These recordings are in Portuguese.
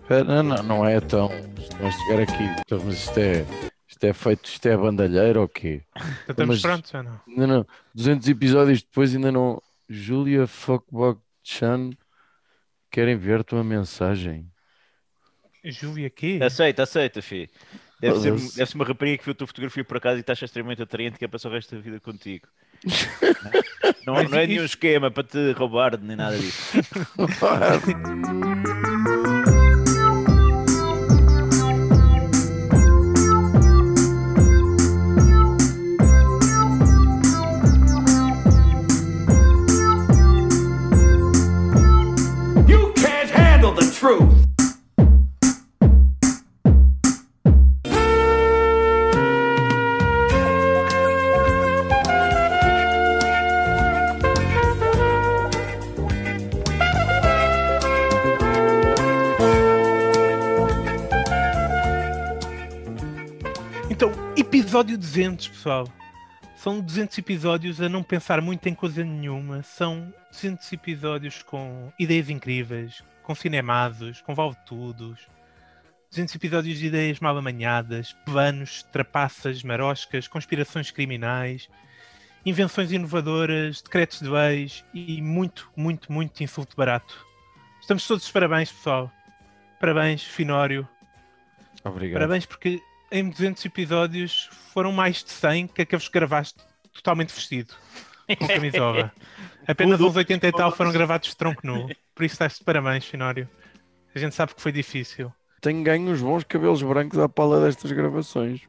Não é tão. Vamos chegar aqui. Então, mas isto é feito, isto é bandalheira ou quê? Já estamos Mas prontos ou não? ainda não. 200 episódios depois ainda não. Julia Fuckbug Chan quer enviar-te uma mensagem. Júlia aqui? Aceita, fi. Foda-se. Deve ser uma rapariga que viu a tua fotografia por acaso e está extremamente atraente que é passar o resto da vida contigo. Não, Mas não é nenhum isso, esquema para te roubar nem nada disso. You can't handle the truth. então, episódio 200, pessoal. São 200 episódios a não pensar muito em coisa nenhuma. São 200 episódios com ideias incríveis, com cinemados, com vale-tudos. 200 episódios de ideias mal amanhadas, planos, trapaças, maroscas, conspirações criminais, invenções inovadoras, decretos de leis e muito, muito, muito insulto barato. Estamos todos de parabéns, pessoal. Parabéns, Finório. Obrigado. Parabéns porque em 200 episódios foram mais de 100 que aqueles que gravaste totalmente vestido, com camisola. Apenas uns 80 e tal foram gravados de tronco nu. Por isso estás de parabéns, Finório. A gente sabe que foi difícil. Tenho ganho uns bons cabelos brancos à pala destas gravações.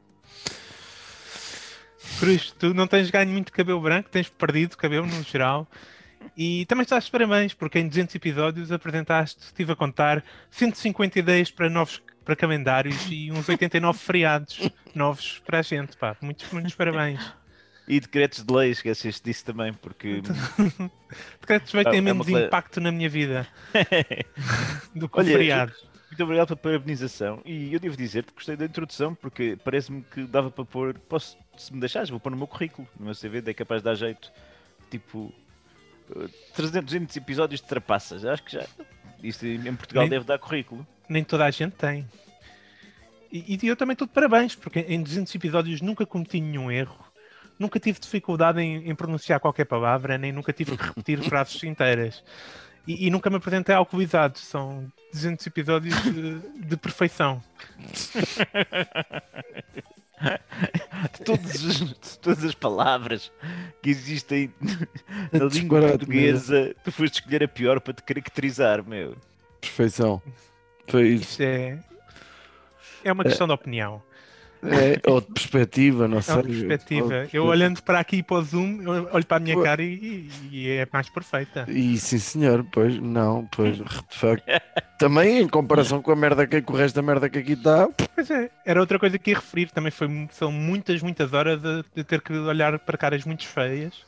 Cruz, tu não tens ganho muito cabelo branco, tens perdido cabelo no geral. E também estás de parabéns, porque em 200 episódios apresentaste, estive a contar, 150 ideias para calendários e uns 89 feriados novos para a gente, pá. Muitos, muitos parabéns. E decretos de lei, esqueceste disso também, porque Decretos vai ter É menos uma coisa- impacto na minha vida do que o Olha, feriado. muito obrigado pela parabenização. E eu devo dizer-te que gostei da introdução, porque parece-me que dava para pôr. Se me deixares, vou pôr no meu currículo, no meu CV, é capaz de dar jeito. Tipo, 300, 200 episódios de trapaças. Acho que já. Isso em Portugal Nem- deve dar currículo. Nem toda a gente tem. E eu também estou de parabéns, porque em 200 episódios nunca cometi nenhum erro. Nunca tive dificuldade em pronunciar qualquer palavra, nem nunca tive que repetir frases inteiras. E nunca me apresentei alcoolizado. São 200 episódios de perfeição. De todas as palavras que existem na língua Disparate, portuguesa, tu foste escolher a pior para te caracterizar, meu. Perfeição. Foi isso. Isto é uma questão de opinião. Ou de perspectiva, não É sei. uma perspectiva. Eu olhando para aqui e para o Zoom, eu olho para a minha cara e é mais perfeita. E sim, senhor, pois não, pois de facto. Também em comparação com a merda com o resto da merda que aqui está. Pois é, era outra coisa que ia referir. Também são muitas, muitas horas de ter que olhar para caras muito feias.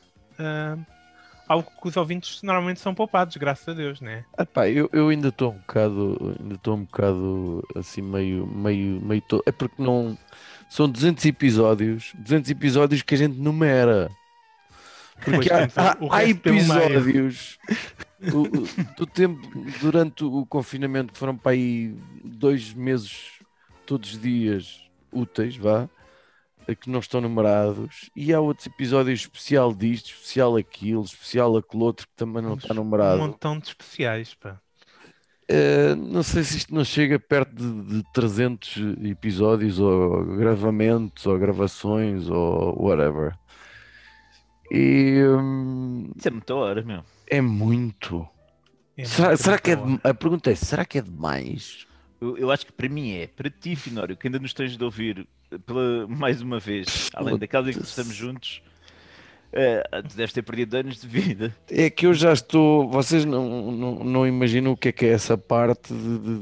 Algo que os ouvintes normalmente são poupados, graças a Deus, né? Epá, eu ainda estou um bocado assim meio é porque não são 200 episódios que a gente numera. Porque Depois temos o há resto pelo meio. episódios do tempo durante o confinamento que foram para aí 2 meses todos os dias úteis, vá, que não estão numerados, e há outros episódios especial disto, especial aquilo, especial aquele outro que também não está Um numerado. montão de especiais, pá. Não sei se isto não chega perto de 300 episódios ou gravamentos ou gravações ou whatever. E Isso é muita hora, meu. é muito. É Será que é muito bom. a pergunta é, será que é demais? Eu acho que para mim é. Para ti, Finório, que ainda nos tens de ouvir mais uma vez, além daquela em que estamos juntos, tu deves ter perdido anos de vida. É que eu já estou. Vocês não imaginam o que é essa parte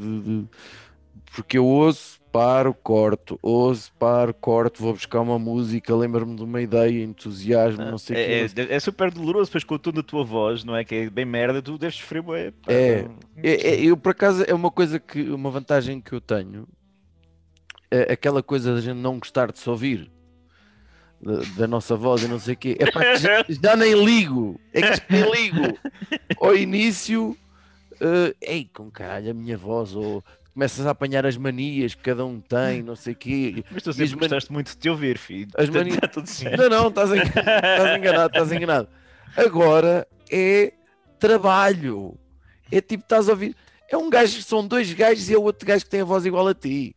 porque eu ouço, paro, corto, ouço, paro, corto, vou buscar uma música, lembro-me de uma ideia, entusiasmo, não sei o que. É super doloroso, depois com o tom da tua voz, não é? Que é bem merda, tu deves sofrer, bué, pá, É. não- Eu por acaso é uma vantagem que eu tenho, é aquela coisa da gente não gostar de se ouvir. Da nossa voz e não sei o quê. É pá, já nem ligo. É que já nem ligo. Ao início, ei, com caralho, a minha voz, ou começas a apanhar as manias que cada um tem, não sei o quê. Mas tu E sempre as gostaste muito de te ouvir, filho. As Portanto, manias- está tudo certo. Não, estás enganado. Agora é trabalho. É tipo, estás a ouvir. É um gajo, são dois gajos e é o outro gajo que tem a voz igual a ti.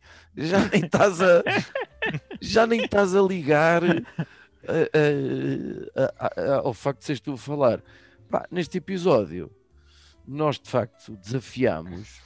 Já nem estás a ligar ao facto de seres tu a falar. Pá, neste episódio, nós de facto desafiámos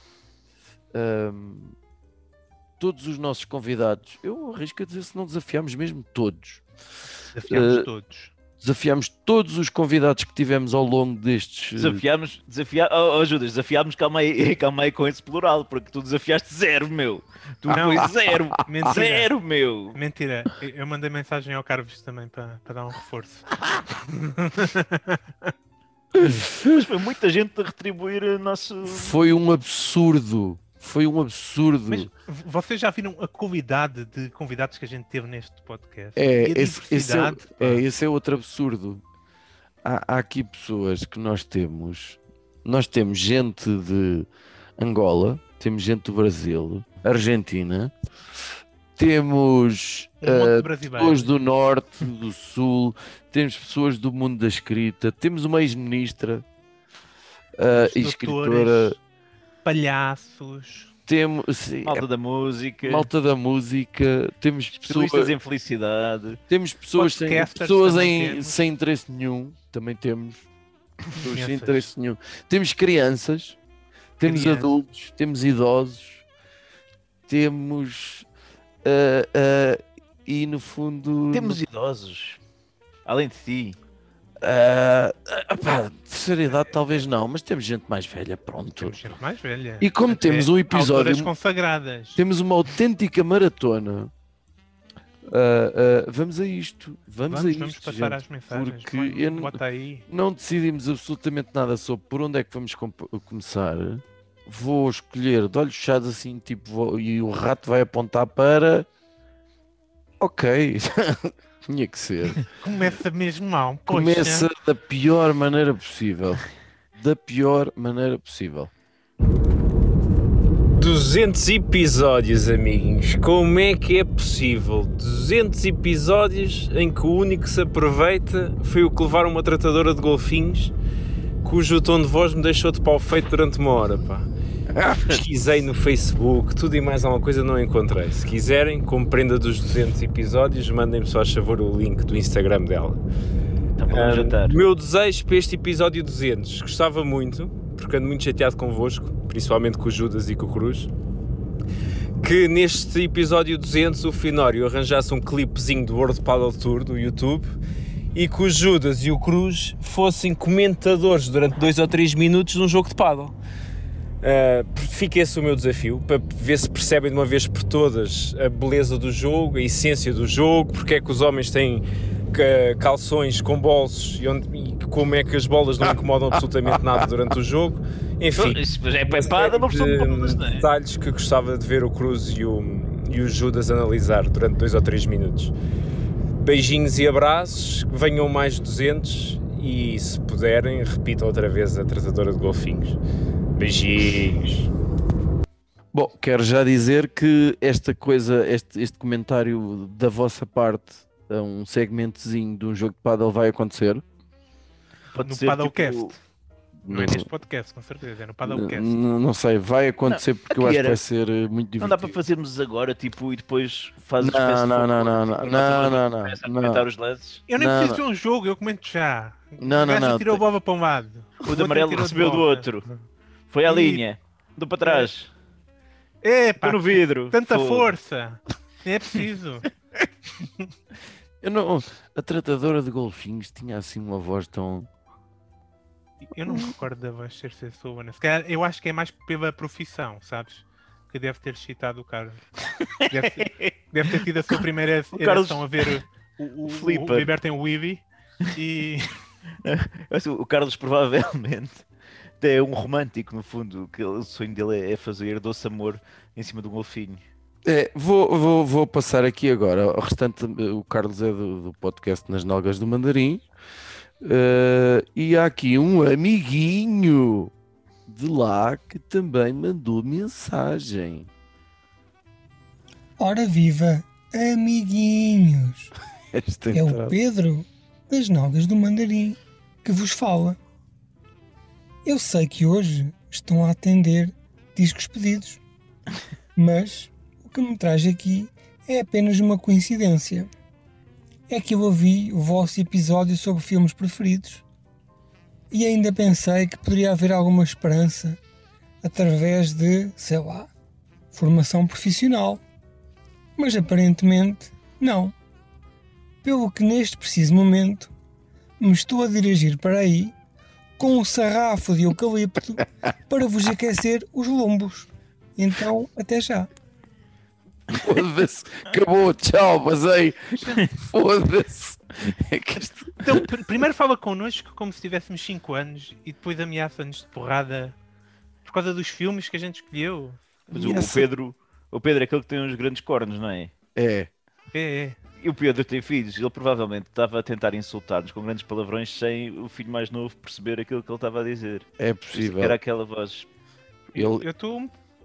todos os nossos convidados. Eu arrisco a dizer se não desafiámos mesmo todos. Desafiamos todos. Desafiámos todos os convidados que tivemos ao longo destes. Desafiámos, Judas, desafiámos, calma aí com esse plural, porque tu desafiaste 0, meu. Tu Não. foi 0, Mentira. 0, meu. Mentira, eu mandei mensagem ao Carlos também para dar um reforço. Mas foi muita gente a retribuir o nosso... Foi um absurdo. Mas vocês já viram a qualidade de convidados que a gente teve neste podcast? É, E a diversidade, pá. esse é outro absurdo. Há aqui pessoas que nós temos. Nós temos gente de Angola, temos gente do Brasil, Argentina, temos Um monte de brasileiros. pessoas do Norte, do Sul, temos pessoas do mundo da escrita, temos uma ex-ministra e escritora, Doutores, palhaços. temos Malta da música, malta da música, temos especialistas pessoas. em felicidade. Temos pessoas, Podcasters sem temos. sem interesse nenhum, também temos pessoas sem Imensas. interesse nenhum. Temos crianças, temos Crianças. adultos, temos idosos, temos e no fundo Temos idosos, além de ti. terceira idade talvez não, mas temos gente mais velha, pronto. Temos gente mais velha. E como Até temos um episódio, autoras consagradas. temos uma autêntica maratona. Vamos a isto, vamos a isto, Vamos passar gente, às mensagens. porque Vai, eu não- bota aí. não decidimos absolutamente nada sobre por onde é que vamos começar. Vou escolher de olhos fechados assim, tipo, e o rato vai apontar para. Ok, tinha que ser. Começa mesmo mal. Poxa. Começa da pior maneira possível. Da pior maneira possível. 200 episódios, amiguinhos. Como é que é possível? 200 episódios em que o único que se aproveita foi o que levar uma tratadora de golfinhos, cujo tom de voz me deixou de pau feito durante uma hora, pá. Pesquisei no Facebook, tudo e mais alguma coisa não encontrei. Se quiserem, como prenda dos 200 episódios, mandem-me só a favor o link do Instagram dela. Está para jantar. O meu desejo para este episódio 200, gostava muito, porque ando muito chateado convosco, principalmente com o Judas e com o Cruz, que neste episódio 200 o Finório arranjasse um clipezinho do World Paddle Tour do YouTube e que o Judas e o Cruz fossem comentadores durante 2 ou 3 minutos de um jogo de paddle. Fica esse o meu desafio, para ver se percebem de uma vez por todas a beleza do jogo, a essência do jogo, porque é que os homens têm calções com bolsos e como é que as bolas não incomodam absolutamente nada durante o jogo. Enfim, Isso é pepada, uma pessoa de bolas, não é? detalhes que gostava de ver o Cruz e o Judas analisar durante 2 ou 3 minutos. Beijinhos e abraços, venham mais 200 e, se puderem, repitam outra vez a tratadora de golfinhos. Beijinhos. Bom, quero já dizer que esta coisa, este comentário da vossa parte, um segmentozinho de um jogo de paddle vai acontecer. Pode No ser, Paddlecast. tipo, Não é neste podcast, com certeza. É no Paddlecast. Não sei, vai acontecer porque eu aqui acho que era- vai ser muito divertido. não dá para fazermos agora, tipo, e depois fazes Não, fast não, forward, não, não, tipo, não, não, não, começa a não. comentar os lances. Eu nem Não, preciso ver um jogo, eu comento já. Não, O gajo não. tirou a bola para um lado. O de amarelo tirou de recebeu do volta. outro. Foi à E- linha. Do para trás. Epá, Foi no vidro. tanta Fogo. força. É preciso. Eu não, a tratadora de golfinhos tinha assim uma voz tão. Eu não me recordo da voz ser Sessona. Se calhar, eu acho que é mais pela profissão, sabes? Que deve ter excitado o Carlos. Deve ter sido a sua primeira O Carlos- ereção a ver o Flipper. Libertem o Weeby e O Carlos provavelmente é um romântico, no fundo, que o sonho dele é fazer doce amor em cima de um golfinho. Vou passar aqui agora. O restante, o Carlos é do podcast Nas Nalgas do Mandarim. E há aqui um amiguinho de lá que também mandou mensagem. Ora viva, amiguinhos! Esta É o entrada. Pedro das Nogas do Mandarim que vos fala. Eu sei que hoje estão a atender discos pedidos, mas o que me traz aqui é apenas uma coincidência. É que eu ouvi o vosso episódio sobre filmes preferidos e ainda pensei que poderia haver alguma esperança através de, sei lá, formação profissional. Mas aparentemente não. Pelo que neste preciso momento me estou a dirigir para aí com um sarrafo de eucalipto para vos aquecer os lombos. Então, até já. Foda-se, acabou, tchau, basei. Foda-se. É que isto... Então, primeiro fala connosco como se tivéssemos 5 anos e depois ameaça-nos de porrada por causa dos filmes que a gente escolheu. Mas o Pedro é aquele que tem uns grandes cornos, não é? É. É. E o Pedro tem filhos, ele provavelmente estava a tentar insultar-nos com grandes palavrões sem o filho mais novo perceber aquilo que ele estava a dizer. É Por isso possível. que era aquela voz. Ele, Eu estou.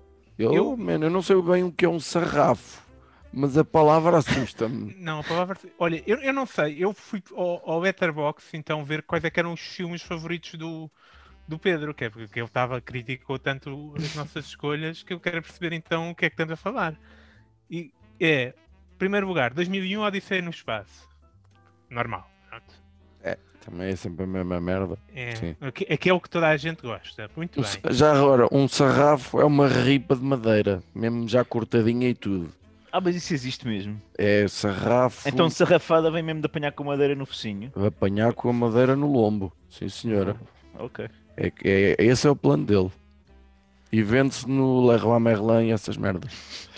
eu não sei bem o que é um sarrafo, mas a palavra assusta-me. Não, a palavra. Olha, eu não sei. Eu fui ao Letterboxd então ver quais é que eram os filmes favoritos do Pedro, que é porque ele criticou tanto as nossas escolhas que eu quero perceber então o que é que estamos a falar. E é, em primeiro lugar, 2001 Odisseia no Espaço. Normal. Pronto. Também é sempre a mesma merda. Sim. É que é o que toda a gente gosta. Muito bem. Já agora, um sarrafo é uma ripa de madeira, mesmo já cortadinha e tudo. Ah, mas isso existe mesmo. É sarrafo. Então sarrafada vem mesmo de apanhar com madeira no focinho. Apanhar com a madeira no lombo. Sim, senhora. Ok. Esse é o plano dele. E vende-se no Leroy Merlin e essas merdas.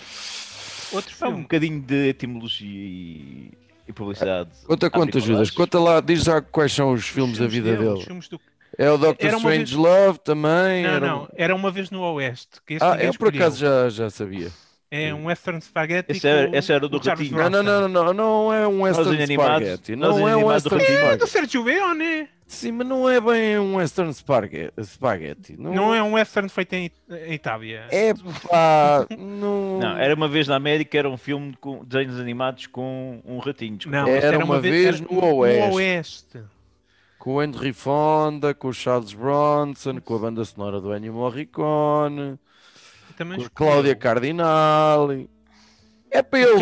Outro Há um filme. bocadinho de etimologia e publicidade. Conta quantas Judas? Conta lá, diz já quais são os filmes da vida Os dele. filmes do... É o Doctor Era uma Strange vez- Love também. Não, era Uma Vez no Oeste. Que esse Ah, ninguém eu por escolheu. acaso já sabia. É um western spaghetti. Esse era do com Charles Ratinho. Bronson. Não é um western Desenho animado- spaghetti. nós Não é um animado do western Ratinho. É do spaghetti. Sergio Leone. Sim, mas não é bem um western spaghetti. Não é um western feito em Itália. É pá, não... Não, era uma vez na América, era um filme com desenhos animados com um ratinho. desculpa. Não, Era esse uma vez no Oeste. No Oeste. Com o Henry Fonda, com o Charles Bronson, com a banda sonora do Ennio Morricone, Também com a escolheu. Cláudia Cardinali. É para ele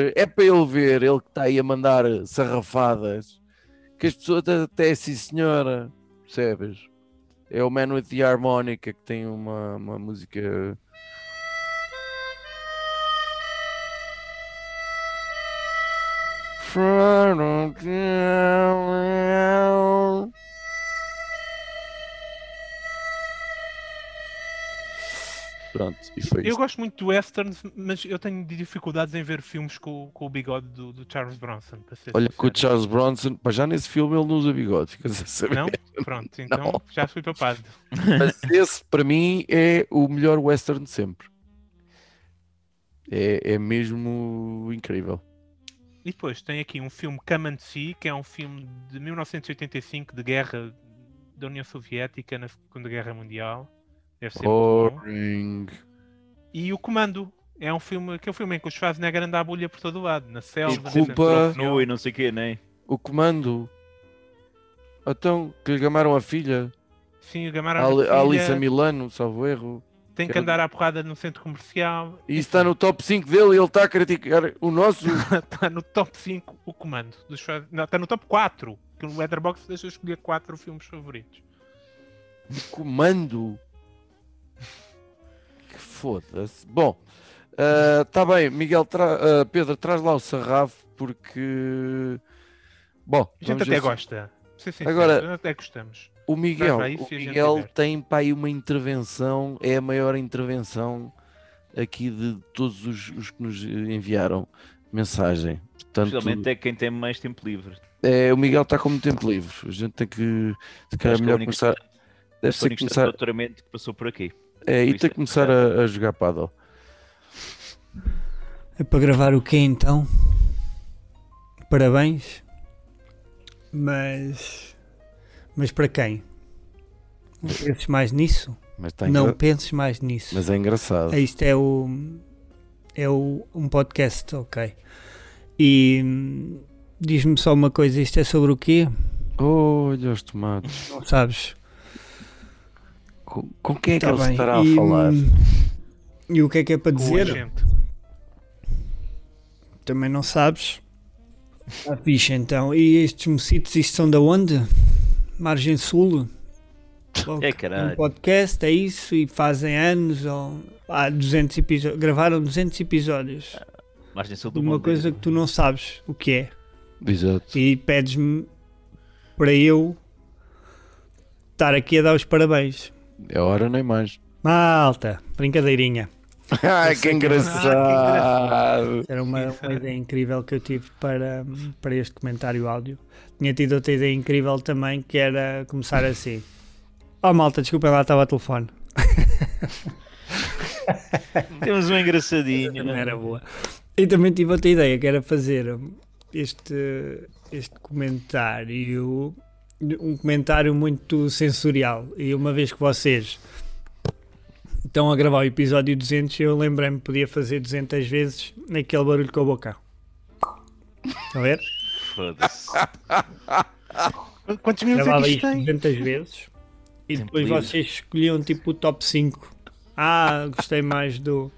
ver, ele que está aí a mandar sarrafadas, que as pessoas até sim senhora, percebes? É o Man with the Harmonica que tem uma música... Pronto, e foi Eu isto. gosto muito do westerns, mas eu tenho dificuldades em ver filmes com o bigode do Charles Bronson. Para ser Olha, com o sincero. Charles Bronson, pá, já nesse filme ele não usa bigode, ficas a saber. Não? Pronto, então já fui papado. Mas esse, para mim, é o melhor western de sempre. É mesmo incrível. E depois tem aqui um filme Come and See, que é um filme de 1985 de guerra da União Soviética na Segunda Guerra Mundial. Deve ser muito bom. Boring. E O Comando. É um filme, aquele filme em que o Schwarzenegger anda à bulha por todo o lado, na selva, Desculpa. Nu e não sei o quê, nem. O comando. Então, que lhe gamaram a filha. Sim, o Gamara A Alissa Milano, salvo erro. tem que andar à porrada no centro comercial. E isso está no top 5 dele e ele está a criticar o nosso. Está no top 5 O Comando. Não, está no top 4. Que o Letterboxd deixa eu escolher 4 filmes favoritos. Comando. Que foda-se. Bom, está bem, Miguel, Pedro, traz lá o sarrafo porque. Bom, A gente vamos até ver se- gosta. Pra ser sincero, Agora- nós até gostamos. O Miguel, Traz lá isso e a gente Miguel diverte. tem para aí uma intervenção, é a maior intervenção aqui de todos os que nos enviaram mensagem. Portanto, Especialmente é quem tem mais tempo livre. o Miguel está com muito tempo livre. A gente tem que, se calhar, Acho que melhor o único começar. Deve Foi ser o único começar. doutoramento que passou por aqui. E isso tem é que começar a jogar paddle. É para gravar o quê então? Parabéns. Mas para quem? Não penses mais nisso? Mas, tá Não penses mais nisso. Mas é engraçado. Isto é um podcast, ok. E diz-me só uma coisa, isto é sobre o quê? Olha os tomates. Não sabes? Com quem é que Tá ele bem. estará a falar? E o que é para Com o dizer? agente. Também não sabes? Ah, fixe então. E estes mocitos, isto são da onde? Margem Sul? É caralho. Um podcast, é isso? E fazem anos ou... 200 episódios. Gravaram 200 episódios. Margem Sul De do uma mundo. coisa que tu não sabes o que é. Exato. E pedes-me para eu estar aqui a dar os parabéns. É hora nem mais. Malta, brincadeirinha. Ai, que engraçado. Era uma ideia incrível que eu tive para este comentário áudio. Tinha tido outra ideia incrível também, que era começar assim. Oh malta, desculpem lá, estava a telefone. Temos um engraçadinho. Não era boa. E também tive outra ideia, que era fazer este comentário, um comentário muito sensorial. E uma vez que vocês estão a gravar o episódio 200, eu lembrei-me que podia fazer 200 vezes naquele barulho com a boca. Estão a ver? Foda-se. Quantos minutos é Gravava que isto isto tem? 200 vezes e Tempo depois livre. vocês escolhiam tipo o top 5. Gostei mais do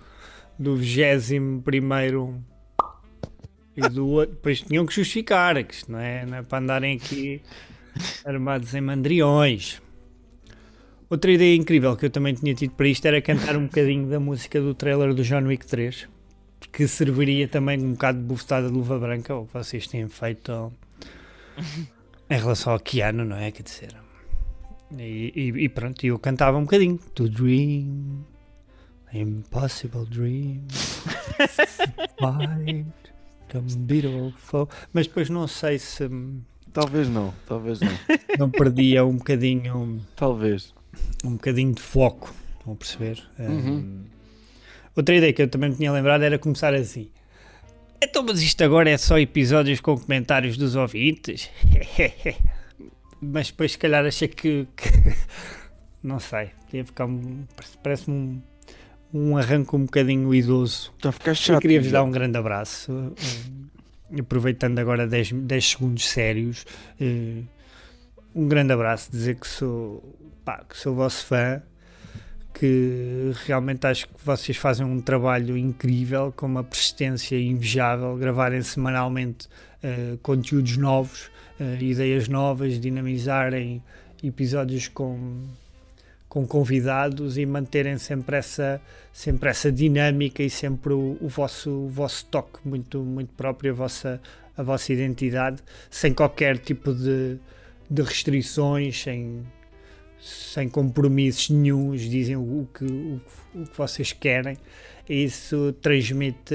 21º e do outro. Depois tinham que justificar, que isto não é para andarem aqui armados em mandriões. Outra ideia incrível que eu também tinha tido para isto era cantar um bocadinho da música do trailer do John Wick 3, que serviria também um bocado de bufetada de luva branca, ou que vocês têm feito em relação ao Keanu, não é? Quer dizer, e pronto, eu cantava um bocadinho. To dream, impossible dream, fight, come beautiful. Mas depois não sei se Talvez não. não perdia um bocadinho de foco, estão a perceber? Outra ideia que eu também me tinha lembrado era começar assim. Então, mas isto agora é só episódios com comentários dos ouvintes? Mas depois se calhar achei que não sei, ia ficar parece-me um arranco um bocadinho idoso. Está a ficar chato. Eu queria-vos dar um grande abraço, aproveitando agora 10 segundos sérios, um grande abraço, dizer que sou o vosso fã, que realmente acho que vocês fazem um trabalho incrível, com uma persistência invejável, gravarem semanalmente conteúdos novos, ideias novas, dinamizarem episódios com convidados e manterem sempre essa dinâmica e sempre o vosso toque muito, muito próprio, a vossa identidade, sem qualquer tipo de restrições, sem compromissos nenhuns, dizem o que vocês querem, e isso transmite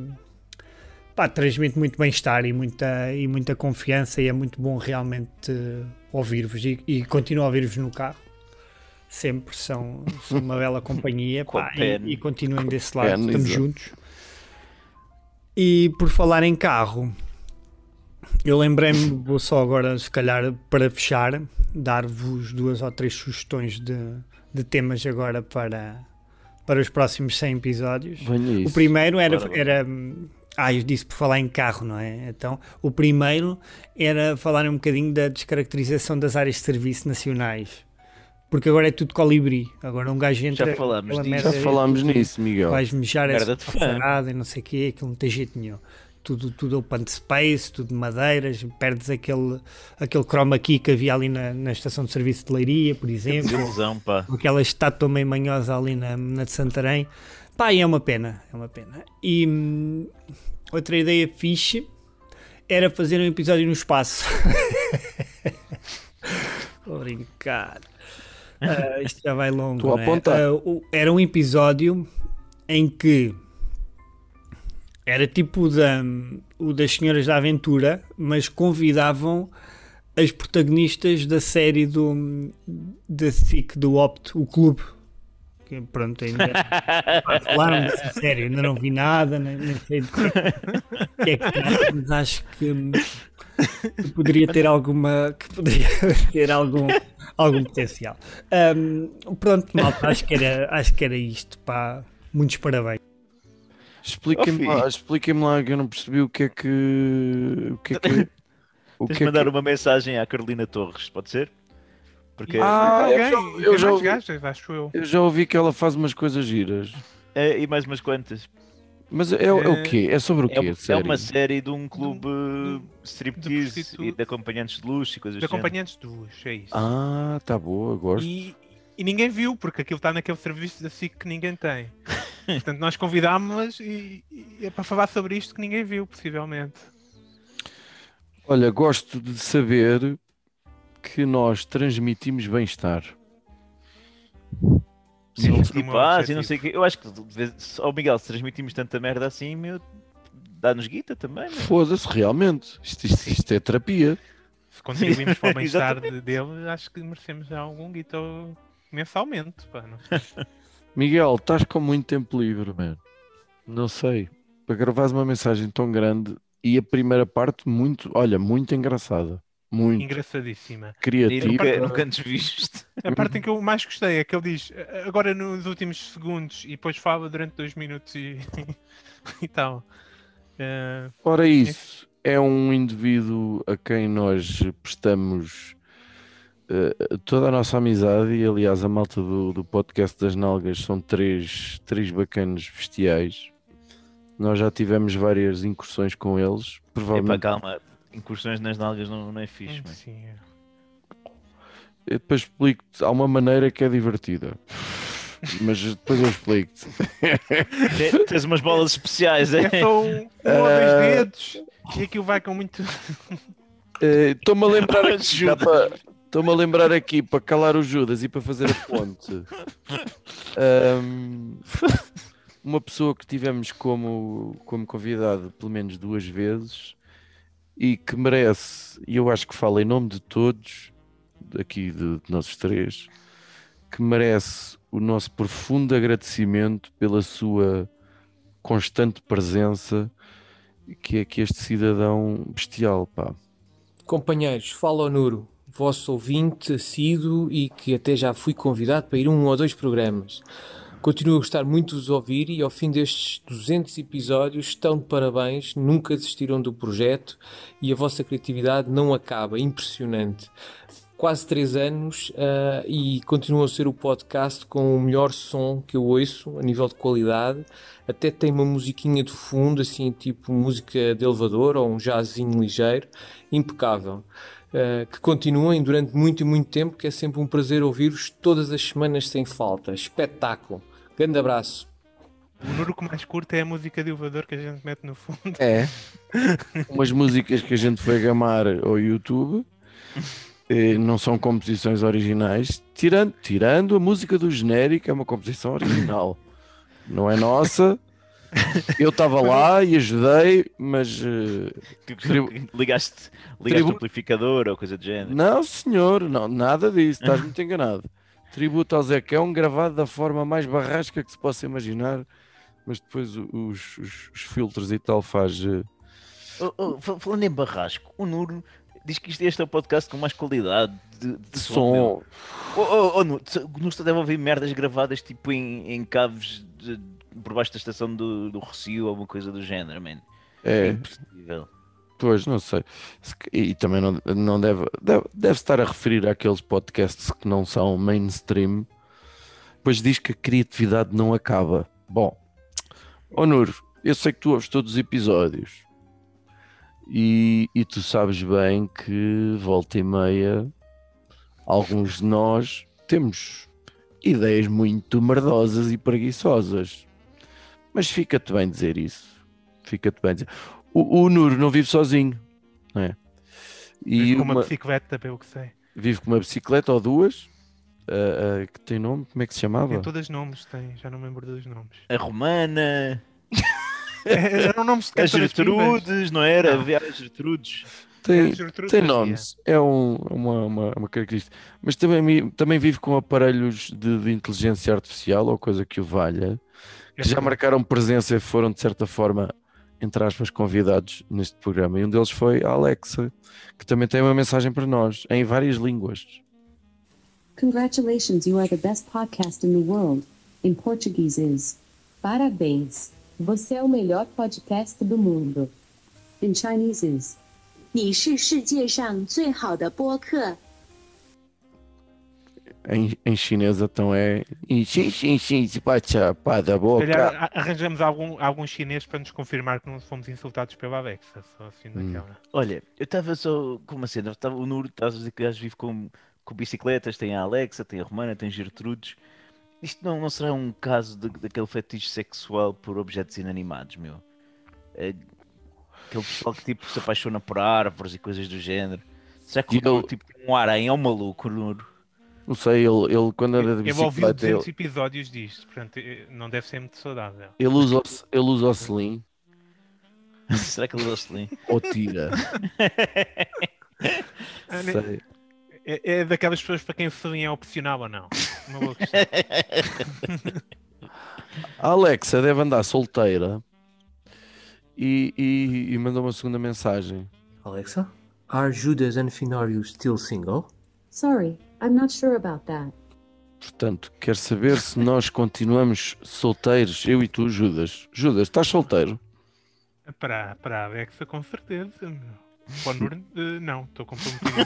muito bem-estar e muita confiança, e é muito bom realmente ouvir-vos e continuo a ouvir-vos no carro, sempre são uma bela companhia, e continuem desse lado, estamos juntos. E por falar em carro, eu lembrei-me, vou só agora, se calhar para fechar, dar-vos 2 ou 3 sugestões de temas agora para os próximos 100 episódios. O primeiro era eu disse por falar em carro, não é? Então, o primeiro era falar um bocadinho da descaracterização das áreas de serviço nacionais, porque agora é tudo colibri. Agora um gajo entra... Já falámos nisso, Miguel. Vais mejar essa parada e não sei o quê, aquilo não tem jeito nenhum. Tudo open space, tudo de madeiras, perdes aquele chroma key que havia ali na estação de serviço de Leiria, por exemplo. Desilusão, pá. Aquela estátua meio manhosa ali na de Santarém. E é uma pena. E outra ideia fixe era fazer um episódio no espaço. Vou brincar. Isto já vai longo. Estou a apontar. Era um episódio em que era tipo o das Senhoras da Aventura, mas convidavam as protagonistas da série da SIC, do Opt, o clube. Que, pronto, ainda falaram dessa série, ainda não vi nada, nem sei do que é que é, mas acho que poderia ter algum algum potencial. Pronto, malta, acho que era isto, pá. Muitos parabéns. Expliquem-me lá que eu não percebi o que é que Tens de mandar uma mensagem à Carolina Torres, pode ser? Porque eu já ouvi. gajas, acho eu. Eu já ouvi que ela faz umas coisas giras. e mais umas quantas. Mas é o quê? É sobre o quê? É uma série de um clube striptease prostitutas. e de acompanhantes de luxo e coisas De do género. acompanhantes de luxo, é isso. Tá boa, gosto. E ninguém viu, porque aquilo está naquele serviço da SIC que ninguém tem. Portanto, nós convidámos-las e é para falar sobre isto que ninguém viu, possivelmente. Olha, gosto de saber que nós transmitimos bem-estar. Sim, Não, tipo, e não sei o quê. Eu acho que, Miguel, se transmitimos tanta merda assim, meu, dá-nos guita também. Meu. Foda-se, realmente. Isto é terapia. Se contribuímos para o bem-estar dele, acho que merecemos algum guito mensalmente. Pá, não sei. Miguel, estás com muito tempo livre, mano. Não sei. Para gravares uma mensagem tão grande e a primeira parte muito engraçada. Muito Engraçadíssima. criativa. Nunca antes viste. A parte em que eu mais gostei é que ele diz agora nos últimos segundos e depois fala durante 2 minutos e tal. Ora, isso é um indivíduo a quem nós prestamos toda a nossa amizade e, aliás, a malta do podcast das Nalgas são três bacanas bestiais. Nós já tivemos várias incursões com eles. Provavelmente... Calma, incursões nas nalgas não é fixe. Sim. Eu depois explico-te. Há uma maneira que é divertida. Mas depois eu explico-te. Tens umas bolas especiais, é? É só um ou 2 dedos e aquilo vai com muito. Estou-me a lembrar aqui, estou-me a lembrar aqui para calar o Judas e para fazer a ponte. Uma pessoa que tivemos como convidado pelo menos 2 vezes e que merece, e eu acho que falo em nome de todos, aqui de nós 3, que merece o nosso profundo agradecimento pela sua constante presença, que é que este cidadão bestial, pá. Companheiros, fala ao Nuro, vosso ouvinte assíduo e que até já fui convidado para ir 1 ou 2 programas. Continuo a gostar muito de vos ouvir e ao fim destes 200 episódios estão de parabéns, nunca desistiram do projeto e a vossa criatividade não acaba, impressionante. Quase 3 anos e continua a ser o podcast com o melhor som que eu ouço a nível de qualidade. Até tem uma musiquinha de fundo, assim tipo música de elevador ou um jazzinho ligeiro, impecável. Que continuem durante muito e muito tempo, que é sempre um prazer ouvir-vos todas as semanas sem falta. Espetáculo! Grande abraço! O número que mais curto é a música de elevador que a gente mete no fundo. É. Umas músicas que a gente foi gamar ao YouTube. Não são composições originais, tirando a música do genérico, é uma composição original, não é nossa. Eu estava lá e ajudei, mas ligaste o amplificador ou coisa do género? Não, senhor, não, nada disso, estás muito enganado. Tributo ao Zé Cão, gravado da forma mais barrasca que se possa imaginar, mas depois os filtros e tal faz. Falando em barrasco, o Nuro diz que este é o podcast com mais qualidade de som. O Nuro deve ouvir merdas gravadas tipo em caves por baixo da estação do Rossio ou alguma coisa do género, man. É impossível. Pois, não sei. E também não deve estar a referir àqueles podcasts que não são mainstream. Pois diz que a criatividade não acaba. Bom, Nuro, eu sei que tu ouves todos os episódios. E tu sabes bem que volta e meia alguns de nós temos ideias muito merdosas e preguiçosas, mas fica-te bem dizer isso, fica-te bem dizer. O Nuro não vive sozinho, não é? Vive com uma bicicleta, pelo que sei. Vive com uma bicicleta ou 2 que tem nome, como é que se chamava? Tem todos os nomes, já não me lembro dos nomes. A Romana. Eram nomes de as Gertrudes, não era? Não. Havia as Gertrudes. Tem nomes, é uma característica. Mas também vive com aparelhos de inteligência artificial ou coisa que o valha, que já marcaram presença e foram de certa forma, entre aspas, convidados neste programa. E um deles foi a Alexa, que também tem uma mensagem para nós, em várias línguas. Congratulations, you are the best podcast in the world. In Portuguese is Parabéns, você é o melhor podcast do mundo. In Chinese is 你是世界上最好的播客。 Em chinês então é da Se boca. calhar arranjamos algum chinês para nos confirmar que não fomos insultados pela Alexa. Só assim naquela. Olha, eu estava só com uma cena. O Nuno, estás a dizer que o gajo vive com bicicletas, tem a Alexa, tem a Romana, tem Gertrudes. Isto não será um caso daquele fetiche sexual por objetos inanimados, meu? Aquele pessoal que tipo se apaixona por árvores e coisas do género. Será que tipo um aranha é um maluco, Nuno? Não sei, ele quando anda de Eu ouvi bicicleta 200 episódios disto, portanto não deve ser muito saudável. ele usa o selim Será que ele usa o selim? ou tira. Sei. É daquelas pessoas para quem o selim é opcional ou não? Uma boa questão. A Alexa deve andar solteira e mandou uma segunda mensagem. Alexa, are Judas and Finório still single? Sorry, I'm not sure about that. Portanto, quer saber se nós continuamos solteiros, eu e tu, Judas. Judas, estás solteiro? Para a Alexa, com certeza. Meu. Para o Nuno, não, estou comprometido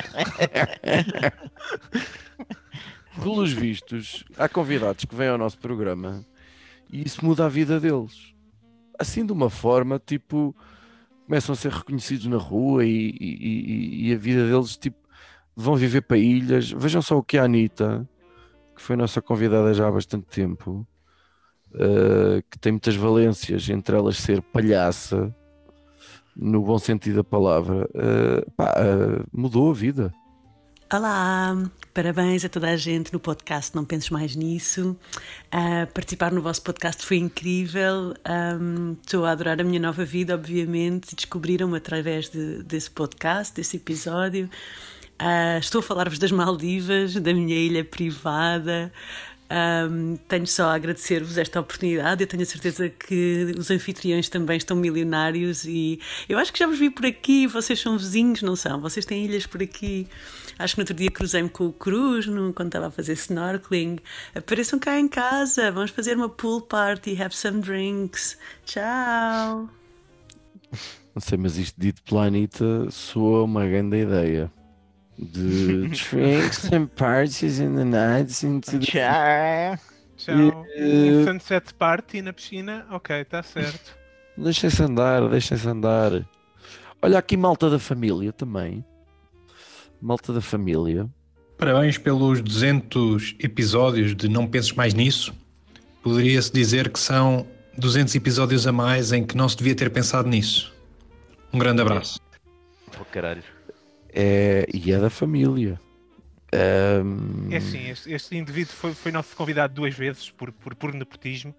assim. Pelos vistos, há convidados que vêm ao nosso programa e isso muda a vida deles. Assim, de uma forma, tipo, começam a ser reconhecidos na rua e a vida deles, tipo, vão viver para ilhas. Vejam só o que a Anitta, que foi nossa convidada já há bastante tempo, que tem muitas valências, entre elas ser palhaça, no bom sentido da palavra, mudou a vida. Olá, parabéns a toda a gente no podcast Não Penses Mais Nisso. Participar no vosso podcast foi incrível. Estou a adorar a minha nova vida, obviamente. Descobriram-me através desse podcast, desse episódio. Estou a falar-vos das Maldivas, da minha ilha privada. Tenho só a agradecer-vos esta oportunidade. Eu tenho a certeza que os anfitriões também estão milionários e eu acho que já vos vi por aqui. Vocês são vizinhos, não são? Vocês têm ilhas por aqui. Acho que no outro dia cruzei-me com o Cruz quando estava a fazer snorkeling. Apareçam cá em casa, vamos fazer uma pool party, have some drinks. Tchau! Não sei, mas isto dito pela Anitta soa uma grande ideia. De drinks and parties in the nights into the... Tchau. Sunset party na piscina, ok, está certo. Deixem-se andar. Olha aqui malta da família também. Malta da família. Parabéns pelos 200 episódios de Não Penses Mais Nisso. Poderia-se dizer que são 200 episódios a mais em que não se devia ter pensado nisso. Um grande abraço. Pô, caralho. E é da família. É assim, este indivíduo foi nosso convidado 2 vezes por nepotismo.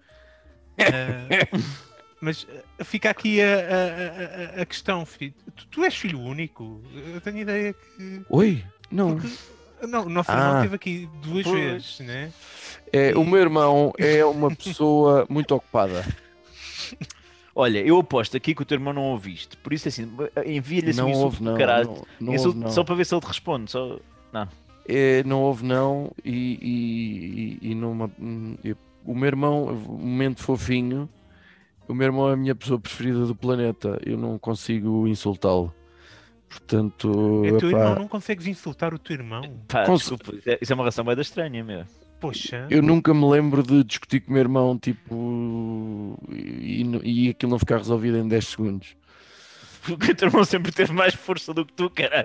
Mas fica aqui a questão, filho. Tu és filho único? Eu tenho a ideia que... Oi? Não. Porque, não, o nosso irmão esteve aqui 2 vezes, né? O meu irmão é uma pessoa muito ocupada. Olha, eu aposto aqui que o teu irmão não ouviste. Por isso, assim, envia-lhe assim um insulto do caralho. Só para ver se ele te responde. Só... Não. Não houve, não. O meu irmão, um momento fofinho, o meu irmão é a minha pessoa preferida do planeta. Eu não consigo insultá-lo. Portanto... É teu irmão, não consegues insultar o teu irmão? Desculpa, isso é uma relação bem estranha, meu. Poxa. Eu nunca me lembro de discutir com o meu irmão, tipo, e aquilo não ficar resolvido em 10 segundos. Porque o teu irmão sempre teve mais força do que tu, caralho.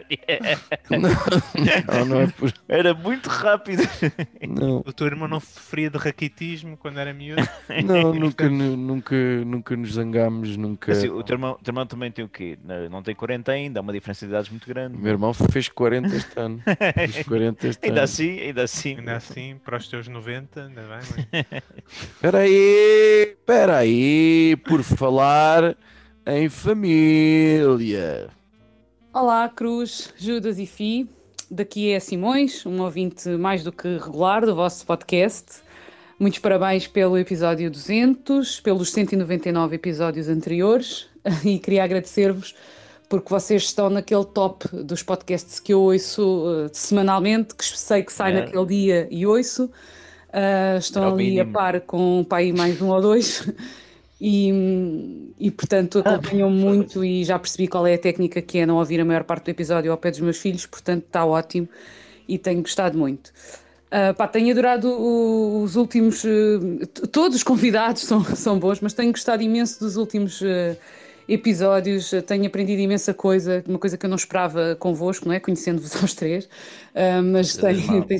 Não é por... Era muito rápido. Não. O teu irmão não sofria de raquitismo quando era miúdo? Não, nunca nos zangámos, nunca... Assim, o teu irmão também tem o quê? Não tem 40 ainda, há uma diferença de idades muito grande. O meu irmão fez 40 este ano. Ainda assim, para os teus 90, ainda bem. Espera aí, por falar... em família. Olá, Cruz, Judas e Fi. Daqui é Simões, um ouvinte mais do que regular do vosso podcast. Muitos parabéns pelo episódio 200, pelos 199 episódios anteriores e queria agradecer-vos porque vocês estão naquele top dos podcasts que eu ouço semanalmente, que sei que sai naquele dia e ouço. Estão ali a par com o pai mais um ou dois e portanto acompanham muito e já percebi qual é a técnica que é não ouvir a maior parte do episódio ao pé dos meus filhos, portanto está ótimo e tenho gostado muito. Tenho adorado os últimos, todos os convidados são bons, mas tenho gostado imenso dos últimos episódios, tenho aprendido imensa coisa, uma coisa que eu não esperava convosco, não é? Conhecendo-vos aos três, mas tem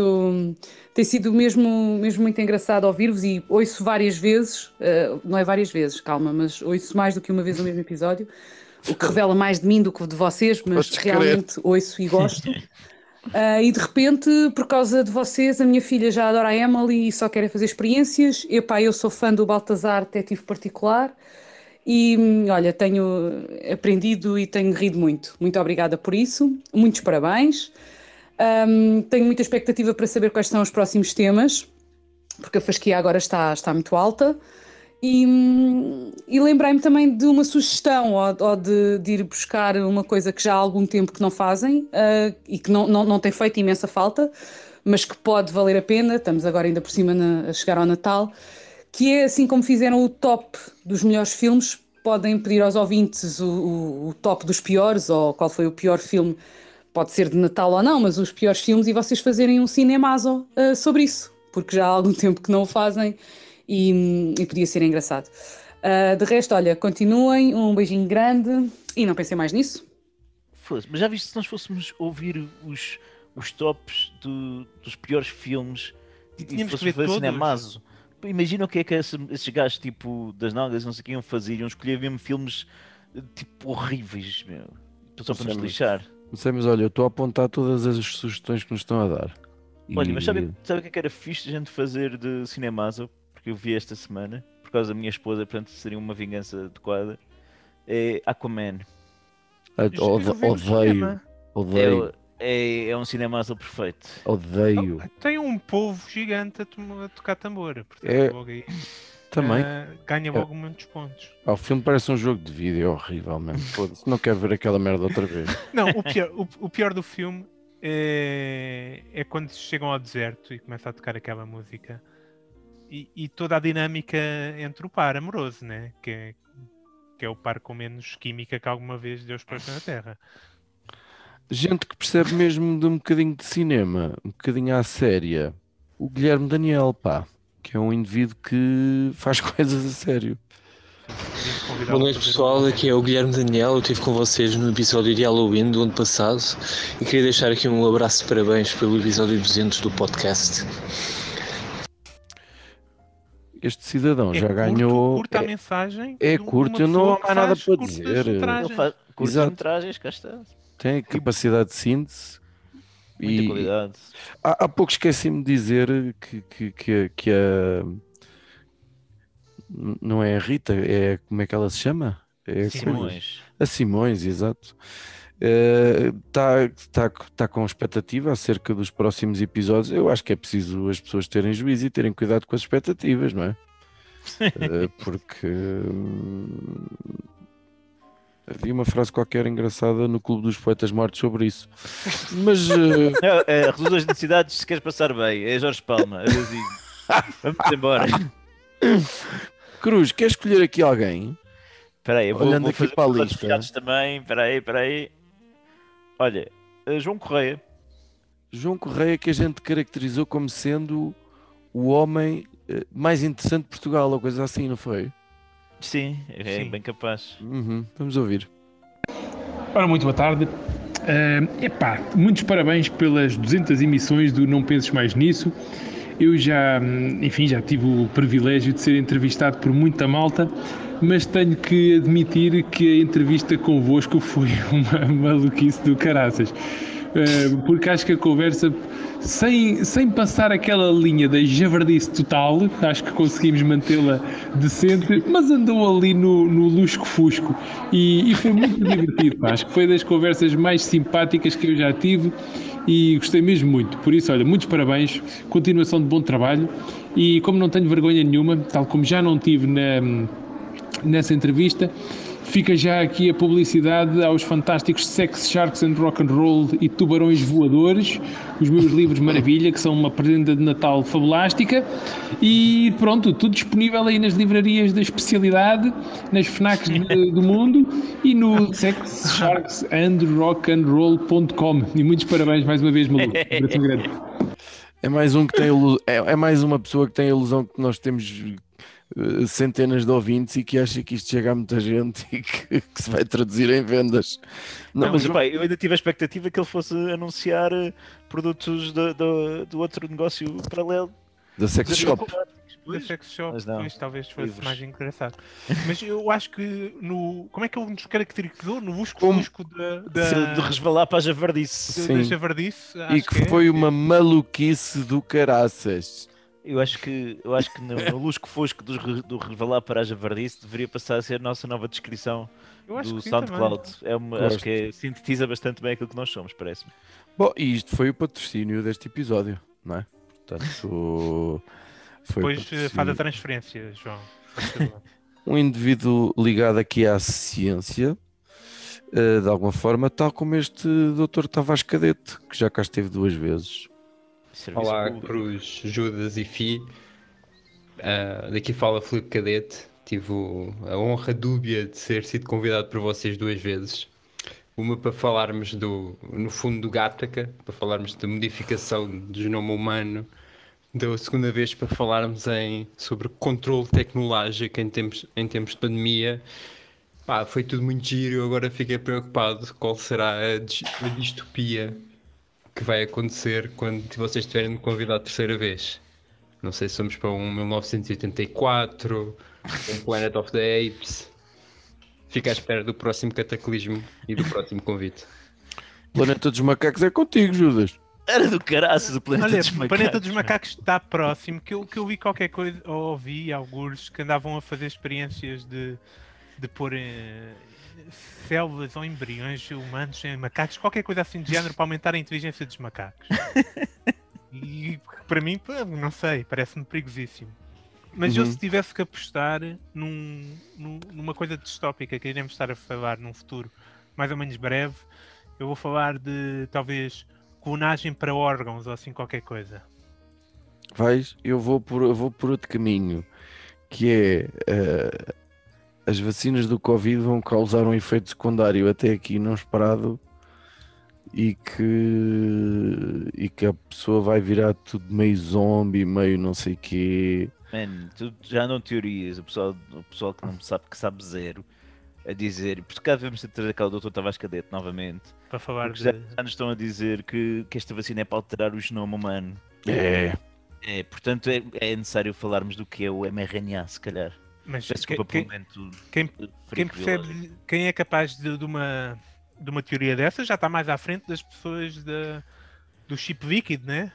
sido mesmo muito engraçado ouvir-vos e ouço várias vezes, não é várias vezes, calma, mas ouço mais do que uma vez o mesmo episódio, o que revela mais de mim do que de vocês, mas realmente ouço e gosto. E de repente, por causa de vocês, a minha filha já adora a Emily e só quer fazer experiências. Eu sou fã do Baltazar, detetive particular. E olha, tenho aprendido e tenho rido muito. Muito obrigada por isso. Muitos parabéns. Tenho muita expectativa para saber quais são os próximos temas, porque a fasquia agora está muito alta. E lembrei-me também de uma sugestão, ou de ir buscar uma coisa que já há algum tempo que não fazem e que não tem feito imensa falta, mas que pode valer a pena. Estamos agora ainda por cima a chegar ao Natal, que é assim como fizeram o top dos melhores filmes, podem pedir aos ouvintes o top dos piores, ou qual foi o pior filme, pode ser de Natal ou não, mas os piores filmes, e vocês fazerem um cinemazo sobre isso, porque já há algum tempo que não o fazem e podia ser engraçado. De resto, olha, continuem, um beijinho grande e não pensem mais nisso. Mas já viste, se nós fôssemos ouvir os tops dos piores filmes e tínhamos que ver todos. Cinemazo, imagina o que é que esses gajos tipo das nalgas não sei o que iam fazer, iam escolher mesmo filmes tipo horríveis, meu, só para nos lixar. Não sei, mas olha, eu estou a apontar todas as sugestões que nos estão a dar. Olha, mas sabe o que era fixe a gente fazer de Cinemazo? Porque eu vi esta semana, por causa da minha esposa, portanto seria uma vingança adequada. É Aquaman. Odeio. É um Cinemazo perfeito. Odeio. Tem um povo gigante a tocar tambor, portanto logo aí também ganha logo muitos pontos. O filme parece um jogo de vídeo, é horrível mesmo. Foda-se, não quero ver aquela merda outra vez. Não, o pior do filme é quando chegam ao deserto e começa a tocar aquela música e toda a dinâmica entre o par amoroso, né? Que é o par com menos química que alguma vez Deus pôs na Terra. Gente que percebe mesmo de um bocadinho de cinema, um bocadinho à séria, o Guilherme Daniel, que é um indivíduo que faz coisas a sério. Boa noite pessoal, aqui é o Guilherme Daniel, eu estive com vocês no episódio de Halloween do ano passado e queria deixar aqui um abraço de parabéns pelo episódio 200 do podcast. Este cidadão já ganhou... Curta a mensagem. É curto, eu não há mais nada para dizer. Curtas-metragens, cá está. Tem capacidade de síntese. Muita qualidade. Há pouco esqueci-me de dizer que a... Não é a Rita, como é que ela se chama? Simões. A Simões, exato. Está com expectativa acerca dos próximos episódios. Eu acho que é preciso as pessoas terem juízo e terem cuidado com as expectativas, não é? Porque havia uma frase qualquer engraçada no Clube dos Poetas Mortos sobre isso. Mas reduz as necessidades se queres passar bem. É Jorge Palma. Vamos embora. Cruz, quer escolher aqui alguém? Espera aí, eu vou olhando fazer aqui para a lista também. Espera aí. Olha, João Correia. João Correia, que a gente caracterizou como sendo o homem mais interessante de Portugal, ou coisa assim, não foi? Sim, Sim. Bem capaz. Vamos ouvir. Ora, muito boa tarde. Muitos parabéns pelas 200 emissões do Não Penses Mais Nisso. Eu já tive o privilégio de ser entrevistado por muita malta, mas tenho que admitir que a entrevista convosco foi uma maluquice do caraças. Porque acho que a conversa, sem passar aquela linha da javardice total, acho que conseguimos mantê-la decente, mas andou ali no lusco-fusco e foi muito divertido. Acho que foi das conversas mais simpáticas que eu já tive e gostei mesmo muito. Por isso, olha, muitos parabéns, continuação de bom trabalho e como não tenho vergonha nenhuma, tal como já não tive nessa entrevista, Fica já aqui a publicidade aos fantásticos Sex Sharks and Rock and Roll e Tubarões Voadores, os meus livros maravilha, que são uma prenda de Natal fabulástica. E pronto, tudo disponível aí nas livrarias da especialidade, nas FNACs do mundo e no sexsharksandrockandroll.com. E muitos parabéns mais uma vez, Malu. Um abraço grande. É mais uma pessoa que tem a ilusão que nós temos centenas de ouvintes e que acha que isto chega a muita gente e que se vai traduzir em vendas. Não, mas pai, eu ainda tive a expectativa que ele fosse anunciar produtos do outro negócio paralelo. Da Sex Shop. Da Sex Shop, talvez fosse mais engraçado. Mas eu acho que como é que ele nos caracterizou? No busco de resvalar para a javardice. Da javardice. E que foi uma maluquice do caraças. Eu acho que no lusco fosco do resvalar para a javardice deveria passar a ser a nossa nova descrição do SoundCloud. Acho que sintetiza bastante bem aquilo que nós somos, parece-me. Bom, e isto foi o patrocínio deste episódio, não é? Portanto, depois faz a transferência, João. Um indivíduo ligado aqui à ciência, de alguma forma, tal como este Dr. Tavares Cadete, que já cá esteve 2 vezes. Olá, Cruz, Judas e Fi. Daqui fala Filipe Cadete. Tive a honra dúbia de ter sido convidado por vocês 2 vezes. Uma para falarmos no fundo do Gattaca, para falarmos da modificação do genoma humano. Da segunda vez para falarmos sobre controle tecnológico em tempos de pandemia. Foi tudo muito giro, agora fiquei preocupado qual será a distopia que vai acontecer quando vocês estiverem de convidado a 3ª vez. Não sei se somos para um 1984, um Planet of the Apes. Fica à espera do próximo cataclismo e do próximo convite. Planeta dos Macacos é contigo, Judas. Era do caraças o Planeta dos Macacos. O Planeta dos Macacos está próximo, que eu vi qualquer coisa, ou ouvi alguns que andavam a fazer experiências de pôr células ou embriões humanos em macacos, qualquer coisa assim de género para aumentar a inteligência dos macacos. E para mim, não sei, parece-me perigosíssimo. Mas eu se tivesse que apostar numa coisa distópica que iremos estar a falar num futuro mais ou menos breve, eu vou falar de talvez clonagem para órgãos ou assim qualquer coisa. Eu vou por outro caminho, que é as vacinas do Covid vão causar um efeito secundário até aqui não esperado e que a pessoa vai virar tudo meio zombie, meio não sei quê. Mano, tu já não teorias, o pessoal que não sabe, que sabe zero, a dizer, por cá devemos ter cá o Dr. Tavares Cadete novamente, para falar já nos estão a dizer que esta vacina é para alterar o genoma humano. Portanto é necessário falarmos do que é o mRNA, se calhar. Mas quem percebe, quem é capaz de uma teoria dessa já está mais à frente das pessoas do chip líquido, né?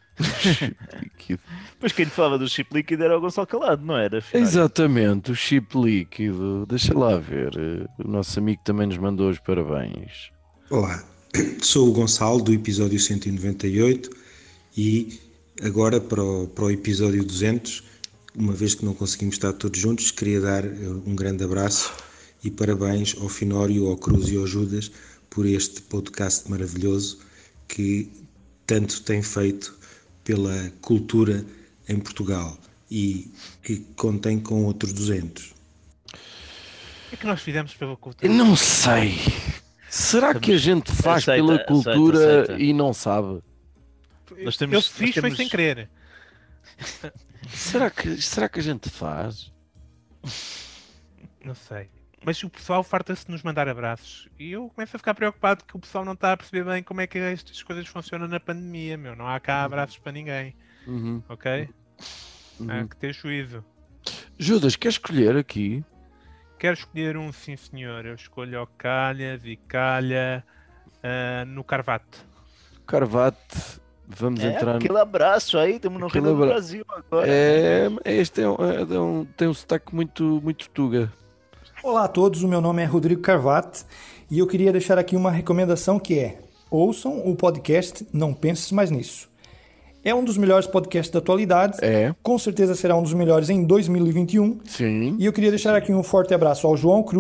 Mas quem falava do chip líquido era o Gonçalo Calado, não era? Exatamente, o chip líquido. Deixa lá ver. O nosso amigo também nos mandou os parabéns. Olá, sou o Gonçalo do episódio 198 e agora para o episódio 200, uma vez que não conseguimos estar todos juntos, queria dar um grande abraço e parabéns ao Finório, ao Cruz e ao Judas por este podcast maravilhoso que tanto tem feito pela cultura em Portugal e que contém com outros 200. O que é que nós fizemos pela cultura? Não sei. Será que a gente faz pela cultura e não sabe? Eu fiz foi sem querer. Será que a gente faz? Não sei. Mas o pessoal farta-se de nos mandar abraços. E eu começo a ficar preocupado que o pessoal não está a perceber bem como é que estas coisas funcionam na pandemia, meu. Não há cá abraços para ninguém. Ok? Há que ter juízo. Judas, quer escolher aqui? Quero escolher um, sim senhor. Eu escolho o Calhas e calha no Carvate. Carvate. Vamos entrar... Aquele abraço aí, estamos no Rio do Brasil agora. Este tem um sotaque muito, muito tuga. Olá a todos, o meu nome é Rodrigo Carvate e eu queria deixar aqui uma recomendação que é: ouçam o podcast Não Penses Mais Nisso. É um dos melhores podcasts da atualidade, com certeza será um dos melhores em 2021. Sim. E eu queria deixar aqui um forte abraço ao João Cruz,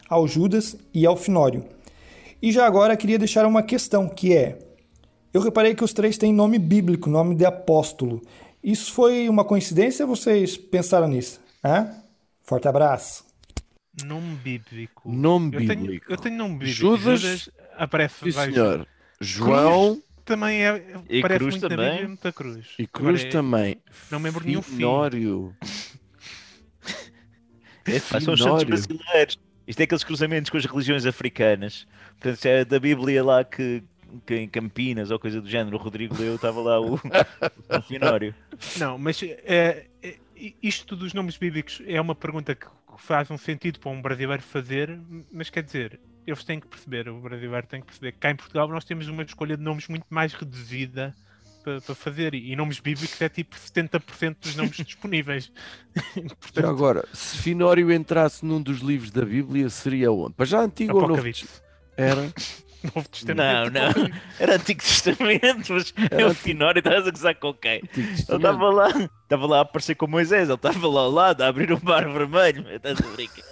ao Judas e ao Finório. E já agora queria deixar uma questão, que é... Eu reparei que os três têm nome bíblico, nome de apóstolo. Isso foi uma coincidência ou vocês pensaram nisso? Forte abraço. Nome bíblico. Eu tenho nome bíblico. Judas aparece. Sim, senhor. João... Cruz também e parece Cruz muito também. na Bíblia, muita cruz. E Cruz também. Não me lembro nenhum Finório. São os santos brasileiros. Isto é aqueles cruzamentos com as religiões africanas. Portanto, se é da Bíblia lá que em Campinas ou coisa do género, o Rodrigo leu, estava lá o Finório. Não, mas isto dos nomes bíblicos é uma pergunta que faz um sentido para um brasileiro fazer, mas quer dizer, eles têm que perceber, o brasileiro tem que perceber que cá em Portugal nós temos uma escolha de nomes muito mais reduzida para fazer, e nomes bíblicos é tipo 70% dos nomes disponíveis. Portanto... Já agora, se Finório entrasse num dos livros da Bíblia, seria onde? Para já Antigo ou Novo? Era... Novo Testamento. Não. Era Antigo Testamento, mas é o Finório, estás a gozar com quem? Ele estava lá a aparecer com Moisés, ele estava lá ao lado a abrir um mar vermelho. Estás a brincar.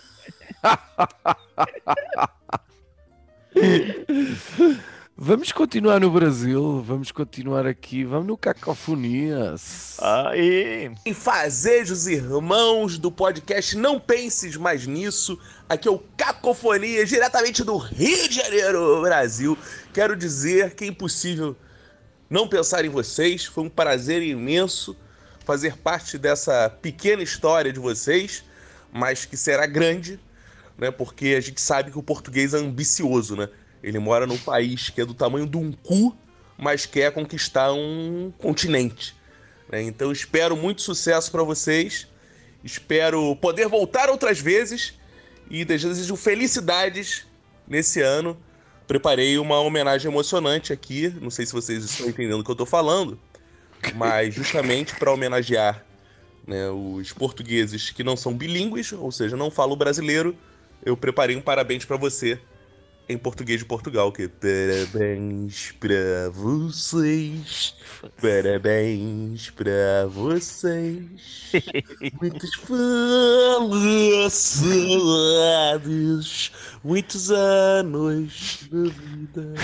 Vamos continuar no Brasil, vamos continuar aqui, vamos no Cacofonias. Em fazejos irmãos do podcast Não Penses Mais Nisso, aqui é o Cacofonias, diretamente do Rio de Janeiro, Brasil. Quero dizer que é impossível não pensar em vocês, foi um prazer imenso fazer parte dessa pequena história de vocês, mas que será grande, né? Porque a gente sabe que o português é ambicioso, né? Ele mora num país que é do tamanho de um cu, mas quer conquistar um continente, né? Então espero muito sucesso para vocês, espero poder voltar outras vezes e desejo felicidades nesse ano. Preparei uma homenagem emocionante aqui, não sei se vocês estão entendendo o que eu estou falando, mas justamente para homenagear, né, os portugueses que não são bilíngues, ou seja, não falam brasileiro, eu preparei um parabéns para você em português de Portugal, que é parabéns pra vocês, parabéns pra vocês, muitas felicidades, muitos anos de vida.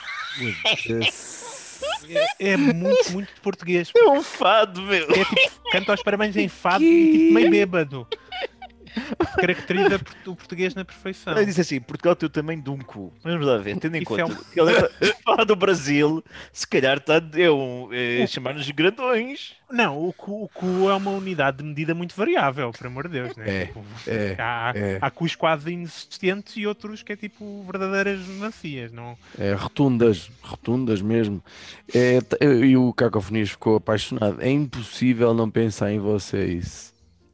É muito português. É um fado, meu. É tipo, canta aos parabéns em fado e tipo meio bêbado. Caracteriza o português na perfeição. Ele disse assim, Portugal tem o tamanho de um cu. Vamos lá ver, tendo em conta que ele fala do Brasil, se calhar está chamar-nos grandões. Não, o cu é uma unidade de medida muito variável, por amor de Deus, né? Há cus quase inexistentes e outros que é tipo verdadeiras macias, não? Rotundas mesmo. E o Cacofonias ficou apaixonado. É impossível não pensar em vocês.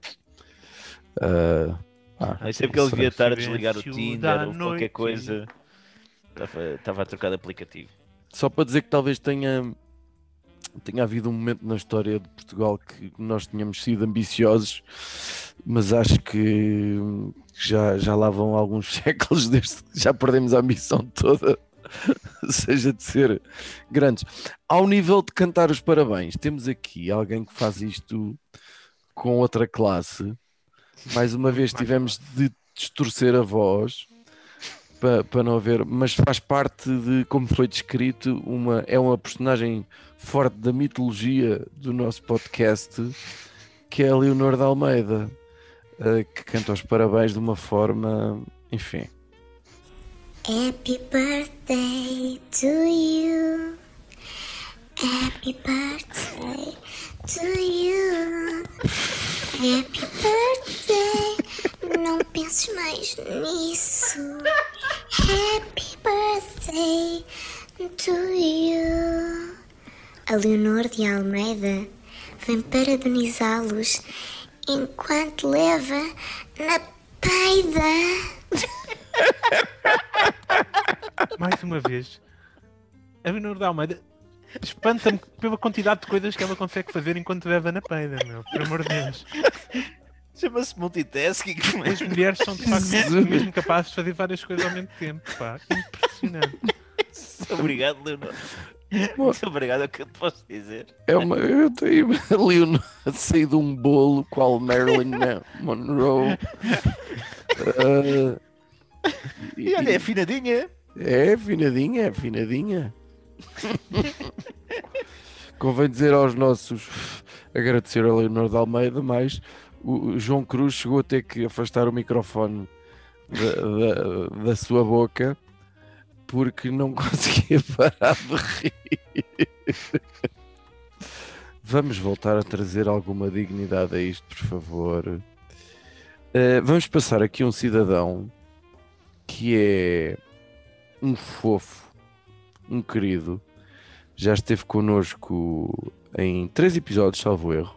Sempre que ele devia estar a desligar o Tinder ou qualquer coisa, estava a trocar de aplicativo. Só para dizer que talvez tenha havido um momento na história de Portugal que nós tínhamos sido ambiciosos, mas acho que já lá vão alguns séculos desde que já perdemos a ambição toda, seja de ser grandes. Ao nível de cantar os parabéns, temos aqui alguém que faz isto com outra classe. Mais uma vez tivemos de distorcer a voz para não haver, mas faz parte de, como foi descrito, é uma personagem forte da mitologia do nosso podcast, que é a Leonor de Almeida, que canta os parabéns de uma forma, enfim. Happy birthday to you. Happy birthday to you. Happy birthday, não penses mais nisso. Happy birthday to you. A Leonor de Almeida vem parabenizá-los enquanto leva na peida. Mais uma vez, a Leonor de Almeida espanta-me pela quantidade de coisas que ela consegue fazer enquanto leva na peida, meu. Por amor de Deus. Chama-se multitasking. As mulheres são de facto mesmo capazes de fazer várias coisas ao mesmo tempo, pá. Impressionante. Obrigado, Leonor. Muito obrigado, é o que eu te posso dizer. Eu tenho a Leonor a sair de um bolo qual Marilyn Monroe. Olha, é afinadinha. É afinadinha. Convém dizer aos nossos, agradecer a Leonor de Almeida, mas o João Cruz chegou a ter que afastar o microfone da sua boca porque não conseguia parar de rir. Vamos voltar a trazer alguma dignidade a isto, por favor. Vamos passar aqui um cidadão que é um fofo, um querido. Já esteve connosco em 3 episódios, salvo erro.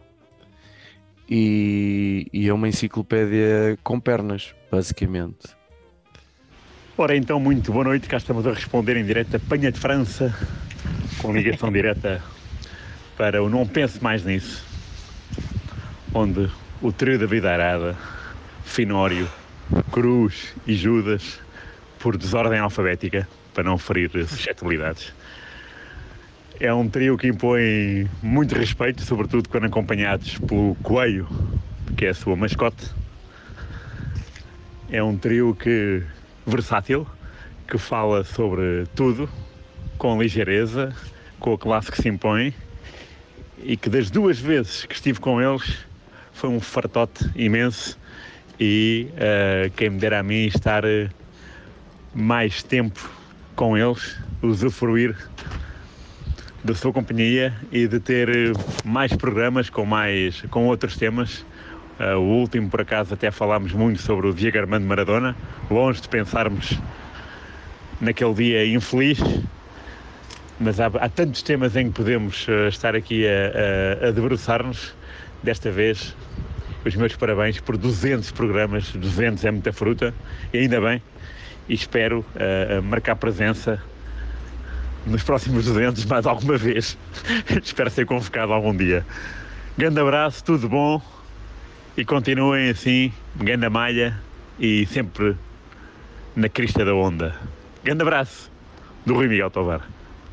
E é uma enciclopédia com pernas, basicamente. Ora então, muito boa noite, cá estamos a responder em direto a Penha de França, com ligação direta para o Não Pense Mais Nisso, onde o trio da vida arada, Finório, Cruz e Judas, por desordem alfabética, para não ferir suscetibilidades. É um trio que impõe muito respeito, sobretudo quando acompanhados pelo Coelho, que é a sua mascote. É um trio versátil, que fala sobre tudo, com ligeireza, com a classe que se impõe, e que das 2 vezes que estive com eles foi um fartote imenso, e quem me dera a mim estar mais tempo com eles, usufruir da sua companhia e de ter mais programas com outros temas. O último, por acaso, até falámos muito sobre o Diego Armando Maradona, longe de pensarmos naquele dia infeliz, mas há tantos temas em que podemos estar aqui a debruçar-nos. Desta vez, os meus parabéns por 200 programas, 200 é muita fruta, e ainda bem, e espero marcar presença nos próximos 200 mais alguma vez. Espero ser convocado algum dia. Grande abraço, tudo bom, e continuem assim, grande malha e sempre na crista da onda. Grande abraço do Rui Miguel Tovar.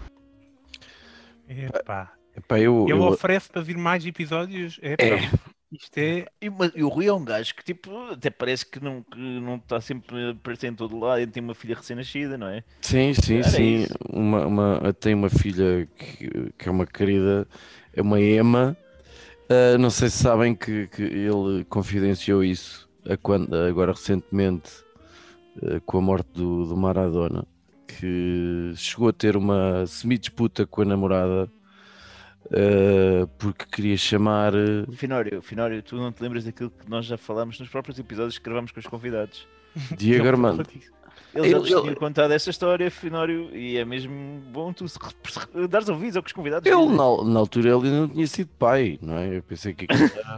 Epá. Eu ofereço para vir mais episódios. Isto é... E o Rui é um gajo que tipo, até parece que não está sempre a aparecer em todo lado. Ele tem uma filha recém-nascida, não é? Sim. Tem uma filha que é uma querida, é uma Emma. Não sei se sabem que ele confidenciou isso agora recentemente, com a morte do Maradona, que chegou a ter uma semi-disputa com a namorada, porque queria chamar... Finório, tu não te lembras daquilo que nós já falámos nos próprios episódios que gravamos com os convidados? Diego Armando. Ele já nos tinha contado essa história, Finório, e é mesmo bom tu dares ouvidos aos convidados. Ele, na altura, ele ainda não tinha sido pai, não é? Eu pensei que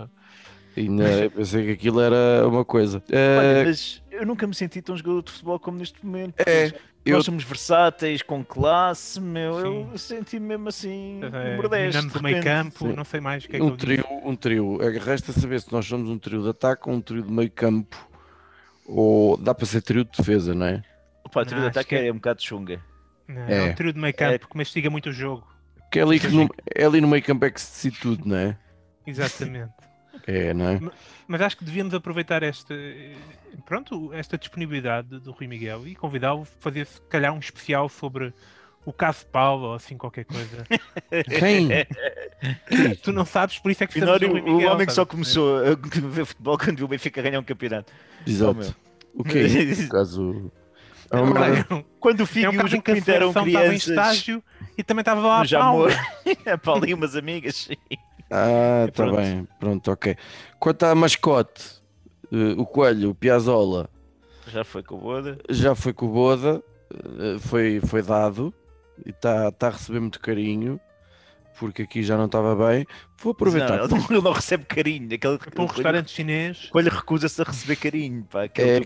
aquilo era uma coisa. Olha, mas eu nunca me senti tão jogador de futebol como neste momento. Nós somos versáteis, com classe, eu senti mesmo assim, modesto. Andamos no meio campo, não sei mais o que é que eu digo. Um trio. Resta saber se nós somos um trio de ataque ou um trio de meio campo. Ou dá para ser trio de defesa, não é? Opa, o trio de ataque é um bocado chunga. É um trio de meio campo, porque mastiga muito o jogo. Porque é ali no meio campo é que se decide tudo, não é? Exatamente. Não é? Mas acho que devíamos aproveitar esta disponibilidade do Rui Miguel e convidá-lo a fazer, se calhar, um especial sobre o caso Paulo, ou assim, qualquer coisa. Quem? Tu não sabes, por isso é que Finório, Rui Miguel, o homem que só começou a ver futebol quando viu o Benfica ganhar um campeonato. Exato. O que é no caso? Quando o Figo e o João Pinto eram crianças... estava em estágio e também estava lá a Paulo. A Paulo e umas amigas. Está bem. Pronto, ok. Quanto à mascote, o Coelho, o Piazzolla... Já foi com o Boda. Foi dado e está a receber muito carinho, porque aqui já não estava bem. Vou aproveitar. Ele não recebe carinho. Para um restaurante chinês. Ele recusa-se a receber carinho. Pá,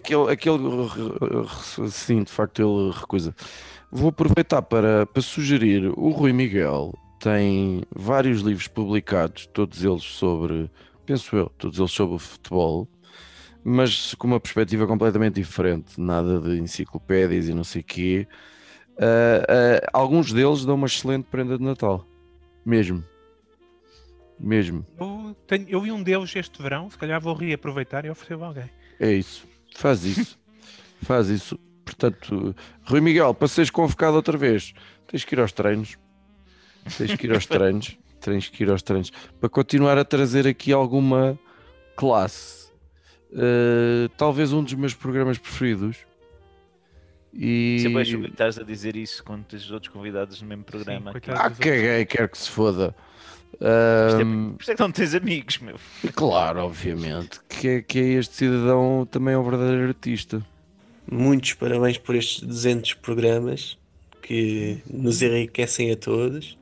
sim, de facto ele recusa. Vou aproveitar para sugerir: o Rui Miguel tem vários livros publicados, todos eles sobre o futebol, mas com uma perspectiva completamente diferente, nada de enciclopédias e não sei o quê. Alguns deles dão uma excelente prenda de Natal, mesmo. Eu vi um deles este verão, se calhar vou reaproveitar e oferecer a alguém. É isso, faz isso. Portanto, Rui Miguel, para seres convocado outra vez, tens que ir aos treinos. Tens que ir aos treinos. Para continuar a trazer aqui alguma classe. Talvez um dos meus programas preferidos. E... Sempre acho que estás a dizer isso quando tens outros convidados no mesmo programa. Sim, caguei, quero que se foda. Por isso é que não tens amigos, meu. Claro, obviamente. Que é este cidadão também é um verdadeiro artista. Muitos parabéns por estes 200 programas que nos enriquecem a todos.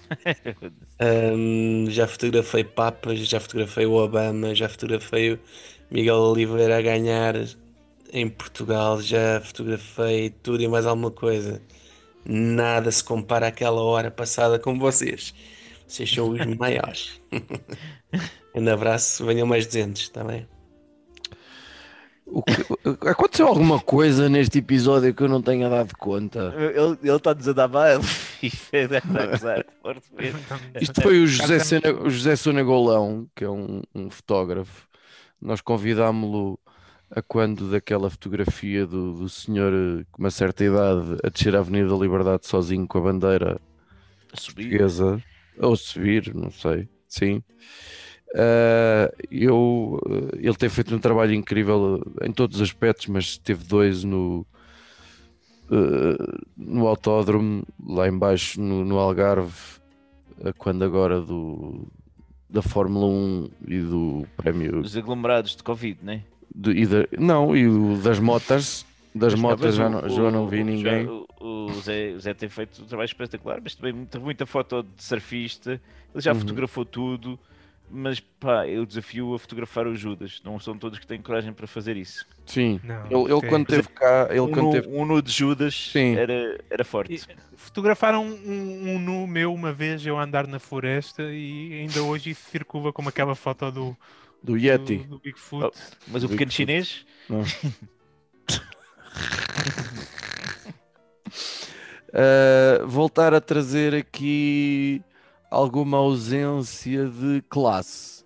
Já fotografei Papas, já fotografei o Obama, já fotografei o Miguel Oliveira a ganhar em Portugal, já fotografei tudo e mais alguma coisa. Nada se compara àquela hora passada com vocês. Vocês são os maiores. Um abraço, venham mais 200, está bem? Aconteceu alguma coisa neste episódio que eu não tenha dado conta? Ele está-nos a dar baile. Isto foi o José Sonagolão, que é um fotógrafo. Nós convidámo-lo a quando daquela fotografia do senhor com uma certa idade a descer a Avenida da Liberdade sozinho com a bandeira portuguesa, ou subir, não sei, sim. Ele tem feito um trabalho incrível em todos os aspectos, mas teve 2 no autódromo lá embaixo no Algarve, quando agora da Fórmula 1 e do prémio dos aglomerados de Covid, né? E o das motas. Das motas já não vi ninguém. O Zé tem feito um trabalho espetacular, mas também muita foto de surfista. Ele já fotografou tudo. Mas pá, eu desafio a fotografar o Judas. Não são todos que têm coragem para fazer isso. Sim, ele quando esteve cá... Um nu de Judas era forte. Fotografaram um nu meu uma vez, eu a andar na floresta, e ainda hoje isso circula como aquela foto do Yeti. Do Bigfoot. Mas o pequeno chinês? Não. Voltar a trazer aqui alguma ausência de classe.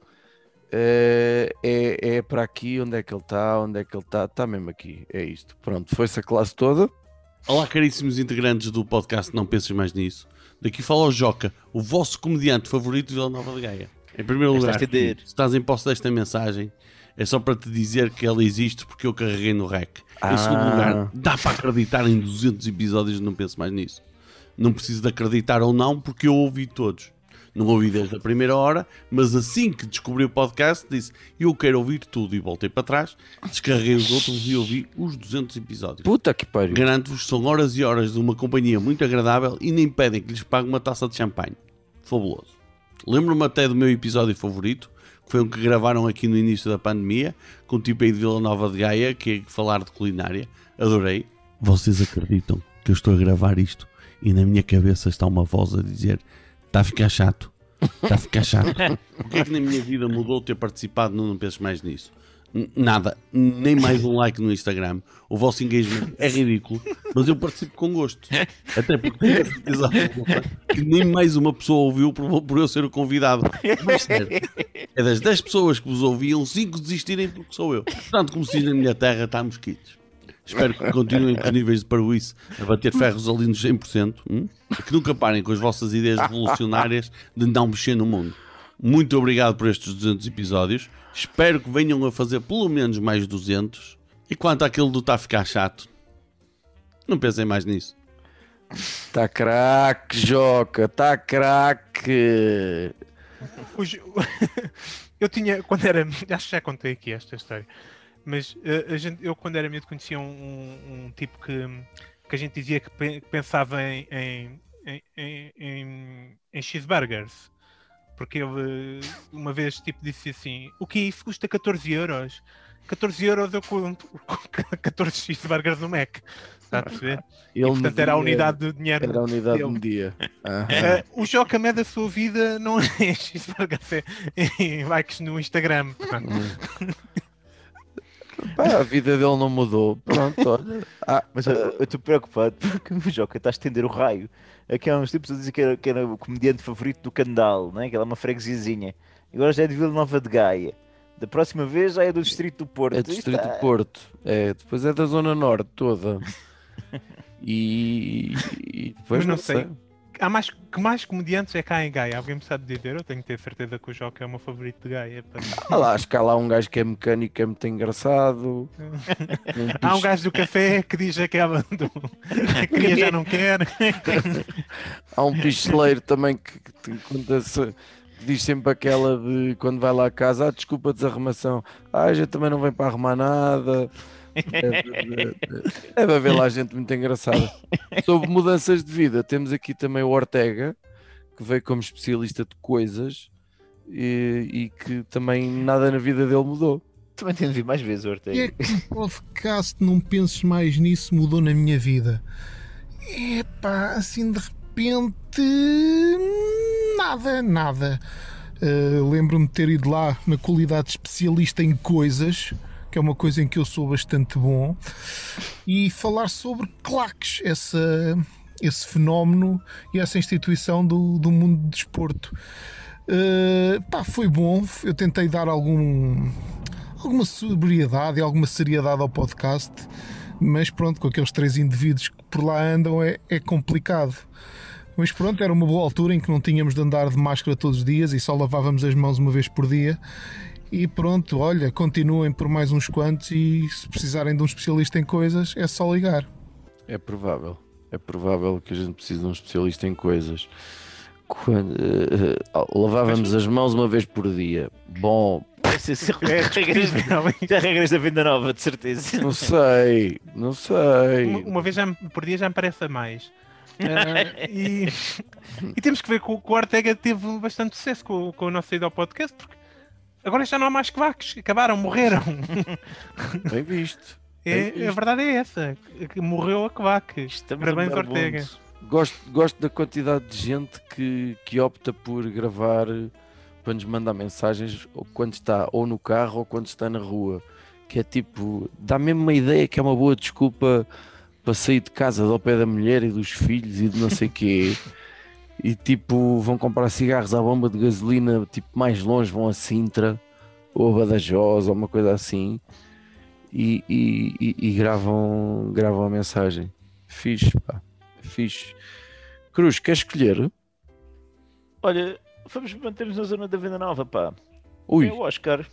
É para aqui, onde é que ele está? Está mesmo aqui, é isto. Pronto, foi-se a classe toda. Olá, caríssimos integrantes do podcast Não Penses Mais Nisso. Daqui fala o Joca, o vosso comediante favorito de Vila Nova de Gaia. Em primeiro lugar, se estás em posse desta mensagem, é só para te dizer que ela existe porque eu carreguei no REC. Em segundo lugar, dá para acreditar em 200 episódios de Não Penso Mais Nisso. Não preciso de acreditar ou não, porque eu ouvi todos. Não ouvi desde a primeira hora, mas assim que descobri o podcast, disse, eu quero ouvir tudo, e voltei para trás, descarreguei os outros e ouvi os 200 episódios. Puta que pariu. Garanto-vos, são horas e horas de uma companhia muito agradável e nem pedem que lhes pague uma taça de champanhe. Fabuloso. Lembro-me até do meu episódio favorito, que foi um que gravaram aqui no início da pandemia, com um tipo aí de Vila Nova de Gaia, que é falar de culinária. Adorei. Vocês acreditam que eu estou a gravar isto e na minha cabeça está uma voz a dizer: está a ficar chato, está a ficar chato. O que é que na minha vida mudou ter participado no Não Penses Mais Nisso? Nada, nem mais um like no Instagram. O vosso engagement é ridículo, mas eu participo com gosto. Até porque tenho a certeza que nem mais uma pessoa ouviu por eu ser o convidado. Mas sério, é das 10 pessoas que vos ouviam, 5 desistirem porque sou eu. Portanto, como se diz na minha terra, está mosquitos. Espero que continuem com níveis de parvoíce a bater ferros ali nos 100%. E que nunca parem com as vossas ideias revolucionárias de não mexer no mundo. Muito obrigado por estes 200 episódios. Espero que venham a fazer pelo menos mais 200. E quanto àquele do está a ficar chato, não pensem mais nisso. Está craque, Joca, está craque. Eu tinha, quando era... Acho que já contei aqui esta história. Mas eu quando era miúdo conhecia um tipo que a gente dizia que pensava em cheeseburgers. Porque ele uma vez tipo, disse assim: o que isso custa 14 euros? 14 euros eu compro 14 cheeseburgers no Mac. Está a perceber? E portanto era a unidade de dinheiro. Era a unidade de um dia. O Joca mede a sua vida não é cheeseburgers, é em likes no Instagram. Pá, a vida dele não mudou. Pronto, olha. Mas eu estou preocupado porque o Joca está a estender o raio. Aqui há uns tipos a dizer que era o comediante favorito do Candal, né? Que ela é uma freguesiazinha. Agora já é de Vila Nova de Gaia. Da próxima vez já é do Distrito do Porto. É do Distrito do Porto. É, depois é da Zona Norte toda. E depois Mas não sei. Há mais comediantes é cá em Gaia. Alguém me sabe dizer? Eu tenho que ter certeza que o Joca é o meu favorito de Gaia. Acho que há lá um gajo que é mecânico, que é muito engraçado. Há um gajo do café que diz aquela do a cria já não quer. Há um picheleiro também que diz sempre aquela de quando vai lá a casa, desculpa a desarrumação, a gente também não vem para arrumar nada. Deve haver lá gente muito engraçada. Sobre mudanças de vida, temos aqui também o Ortega, que veio como especialista de coisas e que também nada na vida dele mudou. Também tenho de vir mais vezes o Ortega. E é que o podcast Não Penses Mais Nisso mudou na minha vida. Epá, assim de repente nada. Lembro-me de ter ido lá na qualidade de especialista em coisas, que é uma coisa em que eu sou bastante bom, e falar sobre claques, esse fenómeno e essa instituição do mundo do desporto. Foi bom, eu tentei dar alguma sobriedade e alguma seriedade ao podcast, mas pronto, com aqueles 3 indivíduos que por lá andam é complicado. Mas pronto, era uma boa altura em que não tínhamos de andar de máscara todos os dias e só lavávamos as mãos uma vez por dia. E pronto, olha, continuem por mais uns quantos e se precisarem de um especialista em coisas, é só ligar. É provável que a gente precise de um especialista em coisas. Lavávamos as mãos uma vez por dia. Bom, já regras da Venda Nova, de certeza. Não sei. Uma vez por dia já me parece a mais. E temos que ver que o Ortega teve bastante sucesso com a nossa ida ao podcast, porque agora já não há mais quevacos, acabaram, morreram. Bem visto. A verdade é essa, que morreu a quevac. Parabéns, Ortega. Gosto da quantidade de gente que opta por gravar para nos mandar mensagens quando está ou no carro ou quando está na rua, que é tipo, dá mesmo uma ideia que é uma boa desculpa para sair de casa ao pé da mulher e dos filhos e de não sei o quê. E tipo, vão comprar cigarros à bomba de gasolina, tipo, mais longe, vão a Sintra ou a Badajoz ou uma coisa assim e gravam a mensagem. Fixe, pá, fixe. Cruz, quer escolher? Olha, vamos manter-nos na zona da Venda Nova, pá. Ui. É o Oscar.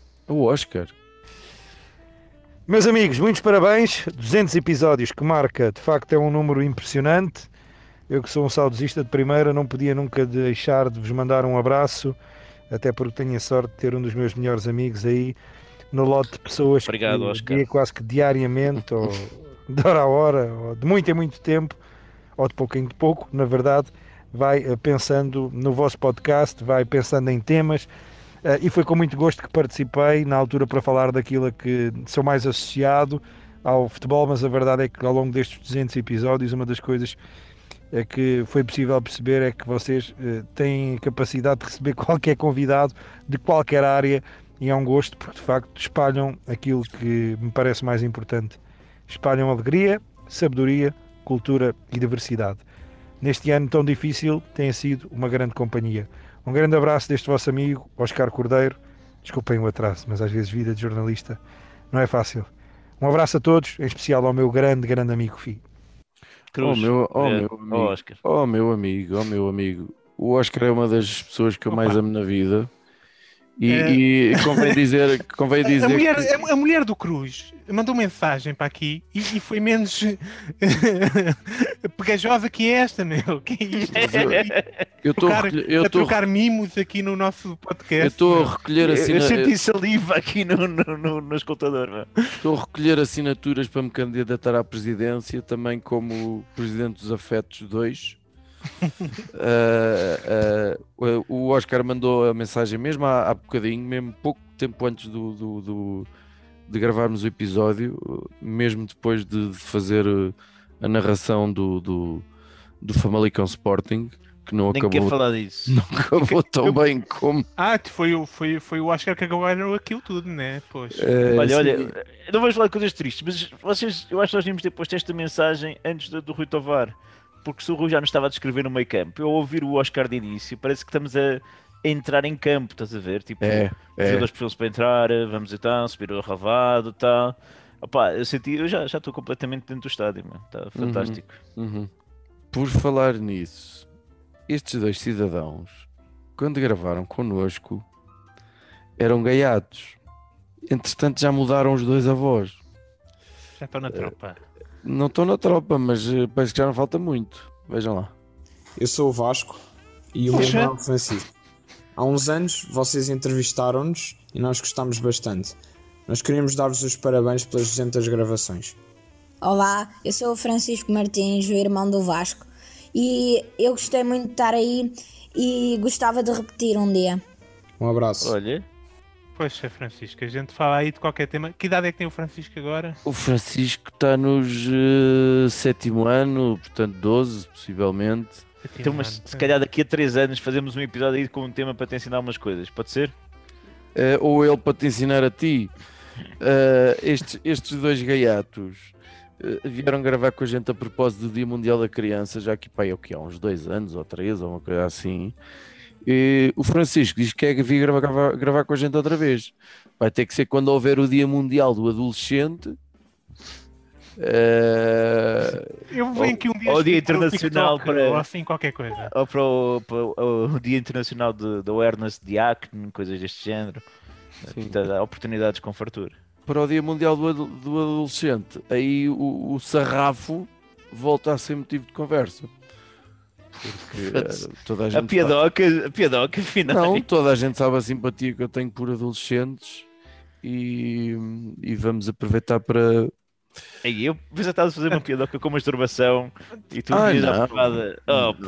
Meus amigos, muitos parabéns. 200 episódios, que marca, de facto é um número impressionante. Eu que sou um saudosista de primeira, não podia nunca deixar de vos mandar um abraço, até porque tenho a sorte de ter um dos meus melhores amigos aí no lote de pessoas. Obrigado, que Oscar. Quase que diariamente, ou de hora a hora, ou de muito em muito tempo, ou de pouco em pouco, na verdade, vai pensando no vosso podcast, vai pensando em temas, e foi com muito gosto que participei na altura para falar daquilo a que sou mais associado ao futebol, mas a verdade é que ao longo destes 200 episódios, uma das coisas que foi possível perceber é que vocês têm a capacidade de receber qualquer convidado de qualquer área, e é um gosto porque de facto espalham aquilo que me parece mais importante: espalham alegria, sabedoria, cultura e diversidade. Neste ano tão difícil têm sido uma grande companhia. Um grande abraço deste vosso amigo Oscar Cordeiro. Desculpem o atraso, mas às vezes vida de jornalista não é fácil. Um abraço a todos, em especial ao meu grande amigo Fi. Cruz, meu amigo. O Oscar é uma das pessoas que eu mais amo na vida. E convém dizer a mulher do Cruz mandou mensagem para aqui e foi menos pegajosa que esta, meu. Que é isto? Eu estou a trocar mimos aqui no nosso podcast. Eu estou a recolher assinaturas. Eu senti saliva aqui no escutador. Estou a recolher assinaturas para me candidatar à presidência, também como presidente dos Afetos 2. O Oscar mandou a mensagem mesmo há bocadinho, mesmo pouco tempo antes de gravarmos o episódio, mesmo depois de fazer a narração do Famalicão Sporting, que não nem acabou, quer falar disso. Não acabou tão bem como... Foi o Oscar que acabaram aquilo tudo, né? Pois. Olha, não vamos falar de coisas tristes, mas eu acho que nós devíamos ter posto esta mensagem antes do Rui Tovar. Porque se o Rui já nos estava a descrever no meio campo, eu ouvir o Oscar de início, parece que estamos a entrar em campo, estás a ver? Tipo, os jogadores precisam para entrar, vamos e tal, subir o ravado e tal. Opa, eu já estou completamente dentro do estádio, mano. Está fantástico. Por falar nisso, estes dois cidadãos, quando gravaram connosco, eram gaiatos. Entretanto, já mudaram os dois avós. Já estão na tropa. Não estão na tropa, mas parece que já não falta muito. Vejam lá. Eu sou o Vasco e o meu nome é o Francisco. Há uns anos vocês entrevistaram-nos e nós gostámos bastante. Nós queríamos dar-vos os parabéns pelas 200 gravações. Olá, eu sou o Francisco Martins, o irmão do Vasco, e eu gostei muito de estar aí e gostava de repetir um dia. Um abraço. Olha. Poxa, Francisco, a gente fala aí de qualquer tema. Que idade é que tem o Francisco agora? O Francisco está nos 7º ano, portanto 12, possivelmente. Então, mas se calhar daqui a 3 anos fazemos um episódio aí com um tema para te ensinar umas coisas, pode ser? Ou ele para te ensinar a ti. Estes dois gaiatos vieram gravar com a gente a propósito do Dia Mundial da Criança, já que é o que há uns 2 anos ou 3 ou uma coisa assim. E o Francisco diz que quer vir gravar com a gente outra vez. Vai ter que ser quando houver o Dia Mundial do Adolescente. Eu venho aqui um dia ou Dia Internacional para ou assim qualquer coisa. Ou para o Dia Internacional de Awareness de Acne, coisas deste género. Oportunidades com fartura. Para o Dia Mundial do Adolescente, aí o sarrafo volta a ser motivo de conversa. Porque toda a gente a piadoca final. Não, toda a gente sabe a simpatia que eu tenho por adolescentes e vamos aproveitar para... Aí eu já estava a fazer uma piadoca com masturbação e tu dias à porrada.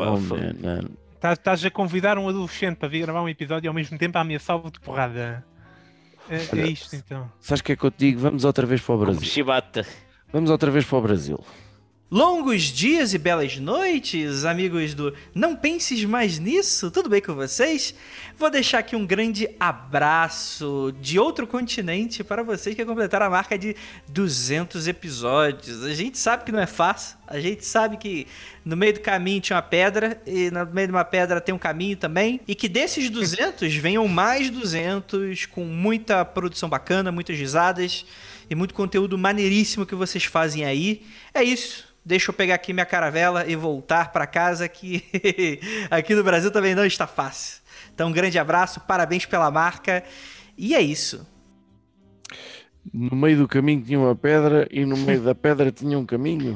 Estás a convidar um adolescente para vir gravar um episódio e ao mesmo tempo a ameaçá-lo de porrada. É isto então. Sabes o que é que eu te digo? Vamos outra vez para o Brasil. Chibata. Vamos outra vez para o Brasil. Longos dias e belas noites, amigos do Não Penses Mais Nisso, tudo bem com vocês? Vou deixar aqui um grande abraço de outro continente para vocês que completaram a marca de 200 episódios. A gente sabe que não é fácil, a gente sabe que no meio do caminho tinha uma pedra e no meio de uma pedra tem um caminho também, e que desses 200 venham mais 200 com muita produção bacana, muitas risadas e muito conteúdo maneiríssimo que vocês fazem aí. É isso. Deixa eu pegar aqui minha caravela e voltar para casa, que aqui no Brasil também não está fácil. Então, um grande abraço, parabéns pela marca, e é isso. No meio do caminho tinha uma pedra e no meio da pedra tinha um caminho.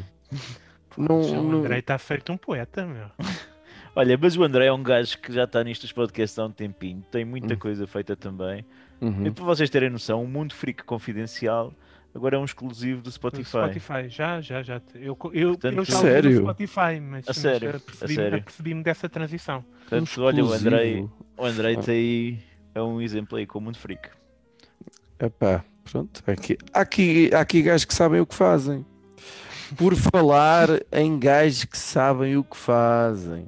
O André está feito um poeta, meu. Olha, mas o André é um gajo que já está nestes podcasts há um tempinho, tem muita coisa feita também. E para vocês terem noção, o Mundo Freak Confidencial agora é um exclusivo do Spotify. Já. Eu já sério? ouvi no Spotify, mas sério? Percebi-me dessa transição. Portanto, olha, o Andrei tem é um exemplo aí com o Mundo Freak. Epá, pronto. Há aqui gajos que sabem o que fazem. Por falar em gajos que sabem o que fazem.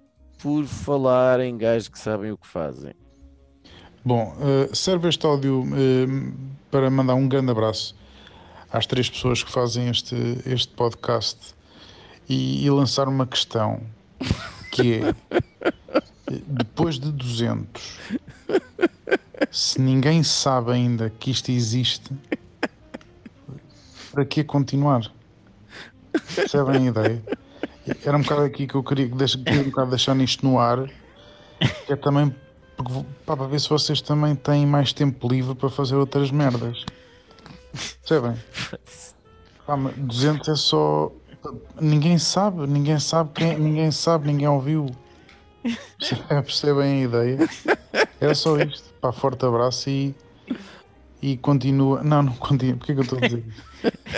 Bom, serve este áudio para mandar um grande abraço às 3 pessoas que fazem este podcast e lançar uma questão que é: depois de 200, se ninguém sabe ainda que isto existe, para que continuar? Percebem a ideia? Era um bocado aqui que eu queria deixar nisto no ar, que é também para ver se vocês também têm mais tempo livre para fazer outras merdas. Percebem? 200 é só... Ninguém sabe, ninguém ouviu. Percebem a ideia? Era só isto. Pá, forte abraço e continua... Não continua. Porquê que eu estou a dizer isto?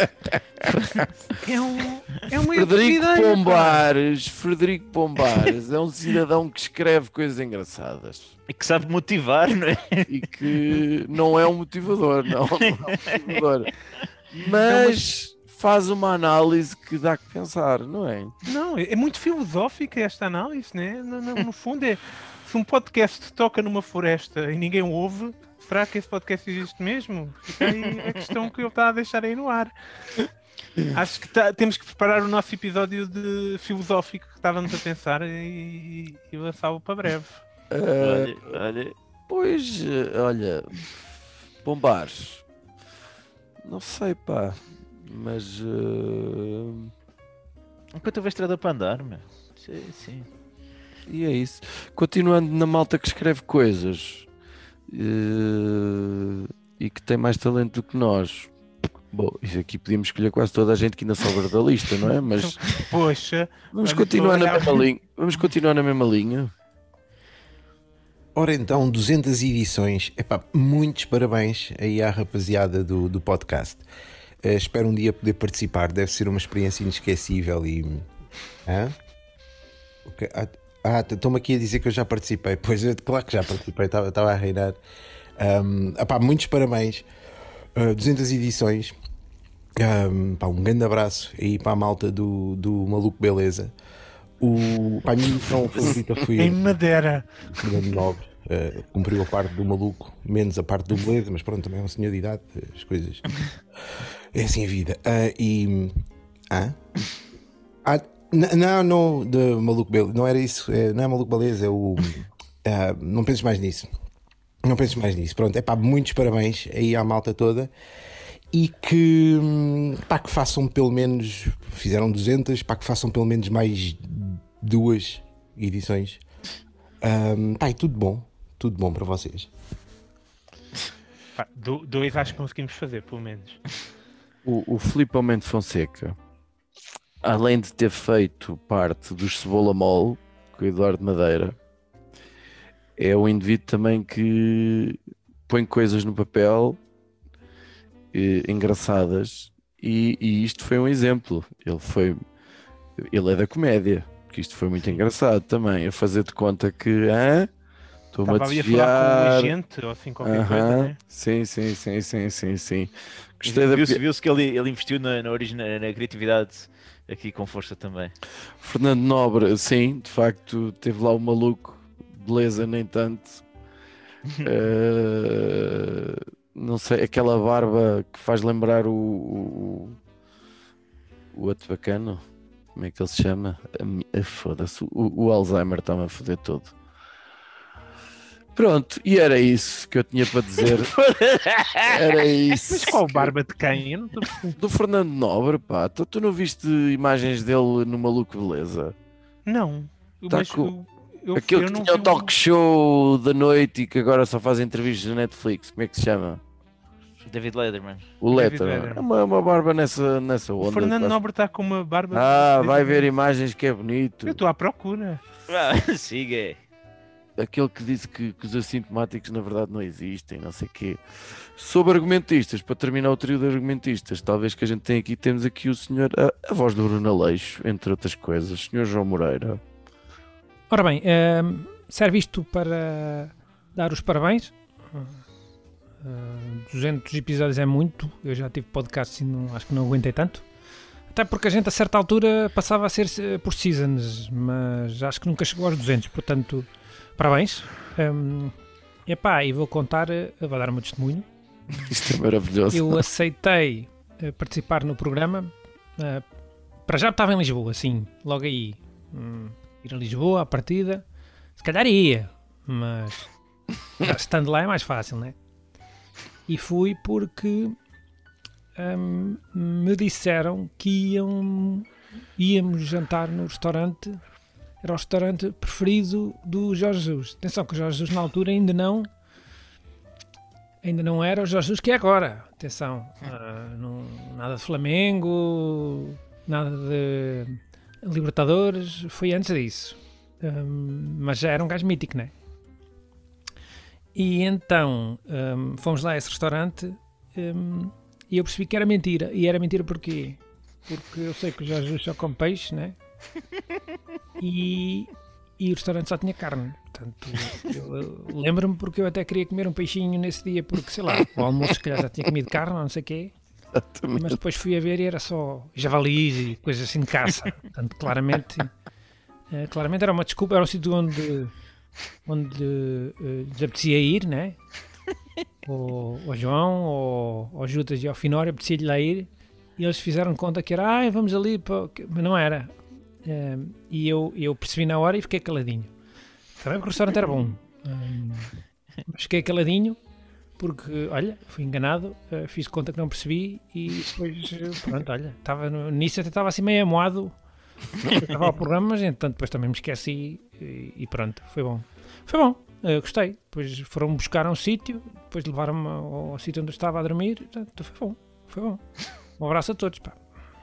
É uma Frederico Pombares é um cidadão que escreve coisas engraçadas e que sabe motivar, não é? E que não é um motivador, mas faz uma análise que dá que pensar, não é? Não, é muito filosófica esta análise, né? No fundo é, se um podcast toca numa floresta e ninguém o ouve, será que esse podcast existe mesmo? Fica aí a questão que ele está a deixar aí no ar. Acho que temos que preparar o nosso episódio de filosófico que estávamos a pensar e lançá-lo para breve. Olha. Pois, olha, Pombares, não sei, pá. Mas enquanto houver estrada para andar, meu. Sim. E é isso. Continuando na malta que escreve coisas e que tem mais talento do que nós. Bom, isso aqui podíamos escolher quase toda a gente que ainda sobra da lista, não é? Mas poxa, vamos continuar na mesma linha. Vamos continuar na mesma linha. Ora então, 200 edições. Epá, muitos parabéns aí à rapaziada do podcast. Espero um dia poder participar. Deve ser uma experiência inesquecível e... Okay. Estão-me aqui a dizer que eu já participei. Pois, claro que já participei, estava a reinar. Muitos parabéns. 200 edições. Um grande abraço aí para a malta do Maluco Beleza. A minha missão favorita foi em Madeira. Fernando Nobre. Cumpriu a parte do maluco, menos a parte do beleza, mas pronto, também é um senhor de idade, as coisas é assim a vida. Não, de Maluco Beleza, não era isso, não é Maluco Beleza, é o não penses mais nisso. Não penses mais nisso. Pronto, muitos parabéns aí à malta toda e que façam pelo menos, fizeram 200, que façam pelo menos mais 2 edições. E tudo bom para vocês. 2 acho que conseguimos fazer, pelo menos. O Filipe Almeida Fonseca, além de ter feito parte dos Cebola Mole com o Eduardo Madeira, é um indivíduo também que põe coisas no papel engraçadas e isto foi um exemplo. Ele é da comédia, porque isto foi muito engraçado também, a fazer de conta que estou-me a desviar. Estava a falar com um agente ou assim qualquer coisa, né? Sim. Viu-se que ele investiu na criatividade aqui com força também. Fernando Nobre, sim, de facto, teve lá o maluco, beleza, nem tanto. Não sei, aquela barba que faz lembrar o outro bacano, como é que ele se chama? Foda-se, o Alzheimer está-me a foder todo. Pronto, e era isso que eu tinha para dizer. Era isso. Mas qual barba de quem? Eu não tô... Do Fernando Nobre, pá. Tu não viste imagens dele no Maluco Beleza? Não. Aquele que tinha o talk show da noite e que agora só faz entrevistas na Netflix. Como é que se chama? David Letterman. O Letterman. É uma barba nessa onda. O Fernando Nobre está com uma barba... vai ver imagens que é bonito. Eu estou à procura. Siga. Aquele que disse que os assintomáticos na verdade não existem, não sei o quê. Sobre argumentistas, para terminar o trio de argumentistas, talvez que a gente tem aqui, temos aqui o senhor, a voz do Bruno Aleixo, entre outras coisas, senhor João Moreira. Ora bem, serve isto para dar os parabéns. 200 episódios é muito, eu já tive podcast e acho que não aguentei tanto. Até porque a gente a certa altura passava a ser por seasons, mas acho que nunca chegou aos 200, portanto... Parabéns. E vou contar, vou dar o meu testemunho. Isto é maravilhoso. Eu aceitei participar no programa. Para já estava em Lisboa, sim, logo aí. Ir a Lisboa à partida. Se calhar ia, mas estando lá é mais fácil, né? E fui porque me disseram que íamos jantar no restaurante. Era o restaurante preferido do Jorge Jesus. Atenção que o Jorge Jesus na altura ainda não era o Jorge Jesus que é agora. Atenção, nada de Flamengo, nada de Libertadores, foi antes disso. Mas já era um gajo mítico, né? E então fomos lá a esse restaurante e eu percebi que era mentira. E era mentira porquê? Porque eu sei que o Jorge Jesus só come peixe, né? E o restaurante só tinha carne. Portanto, eu lembro-me porque eu até queria comer um peixinho nesse dia, porque sei lá, o almoço se calhar já tinha comido carne, não sei o quê. Mas depois fui a ver e era só javalis e coisas assim de caça. Portanto, claramente era uma desculpa, era um sítio onde lhes apetecia ir, né? O João, ou Judas e ao Finório apetecia-lhe lá ir. E eles fizeram conta que era, vamos ali, mas não era. E eu percebi na hora e fiquei caladinho. Também porque o restaurante era bom, mas fiquei caladinho porque, olha, fui enganado, fiz de conta que não percebi e depois, pronto, olha, nisso até estava assim meio amoado, estava ao programa, mas entretanto depois também me esqueci e pronto, foi bom. Foi bom, gostei. Depois foram buscar a um sítio, depois levaram-me ao sítio onde eu estava a dormir, portanto, foi bom. Um abraço a todos, pá.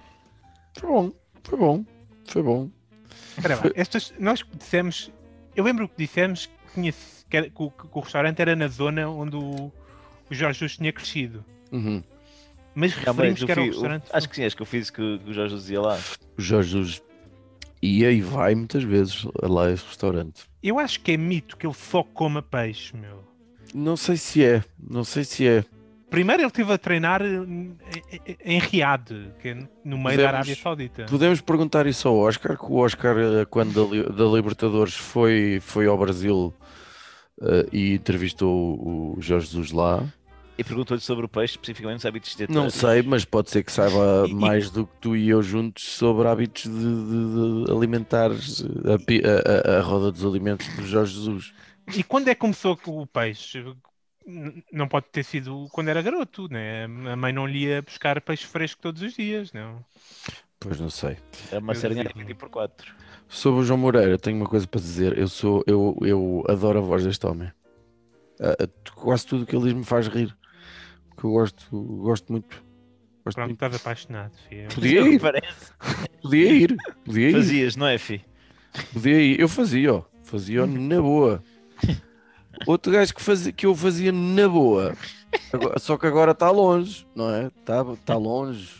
Foi bom. Caramba, nós dissemos, eu lembro que dissemos que o restaurante era na zona onde o Jorge Jesus tinha crescido. Uhum. Mas referimos que era um restaurante. Acho que sim, acho que eu fiz que o Jorge Jesus ia lá. O Jorge Jesus ia e vai muitas vezes lá a esse restaurante. Eu acho que é mito que ele só coma peixe, meu. Não sei se é. Primeiro ele esteve a treinar em Riad, que é no meio da Arábia Saudita. Podemos perguntar isso ao Oscar, que o Oscar, quando da Libertadores foi ao Brasil e entrevistou o Jorge Jesus lá. E perguntou-lhe sobre o peixe, especificamente os hábitos de Não sei, mas pode ser que saiba mais do que tu e eu juntos sobre hábitos de alimentares, a roda dos alimentos do Jorge Jesus. E quando é que começou com o peixe? Não pode ter sido quando era garoto, né? A mãe não lhe ia buscar peixe fresco todos os dias, não? Pois não sei. É uma sardinha 20x4. Sobre o João Moreira, tenho uma coisa para dizer. Eu adoro a voz deste homem. Quase tudo o que ele diz me faz rir. Que eu gosto muito. Pronto, estás apaixonado, filho. Podia ir. Fazias, não é, fi? Podia ir. Eu fazia na boa. Outro gajo que eu fazia na boa. Só que agora está longe, não é? Está longe.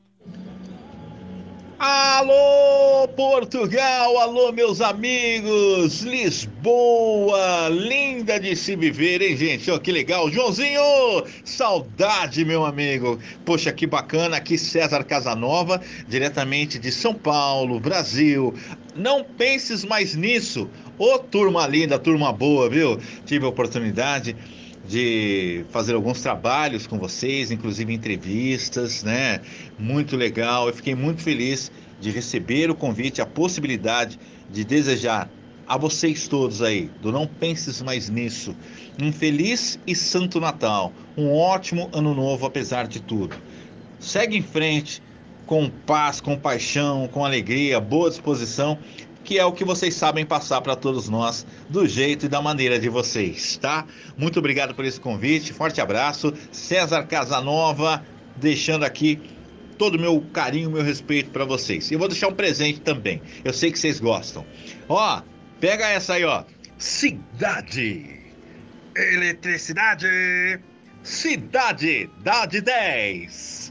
Alô, Portugal! Alô, meus amigos! Lisboa! Linda de se viver, hein, gente? Oh, que legal! Joãozinho! Saudade, meu amigo! Poxa, que bacana! Aqui César Casanova, diretamente de São Paulo, Brasil. Não penses mais nisso! Ô, turma linda, turma boa, viu? Tive a oportunidade de fazer alguns trabalhos com vocês, inclusive entrevistas, né? Muito legal, eu fiquei muito feliz de receber o convite, a possibilidade de desejar a vocês todos aí, do Não Penses Mais Nisso, um feliz e santo Natal, um ótimo ano novo apesar de tudo. Segue em frente, com paz, com paixão, com alegria, boa disposição, que é o que vocês sabem passar para todos nós, do jeito e da maneira de vocês, tá? Muito obrigado por esse convite, forte abraço, César Casanova, deixando aqui todo o meu carinho, meu respeito para vocês. E eu vou deixar um presente também, eu sei que vocês gostam. Ó, pega essa aí, ó, Cidade, eletricidade, Cidade, dá de 10.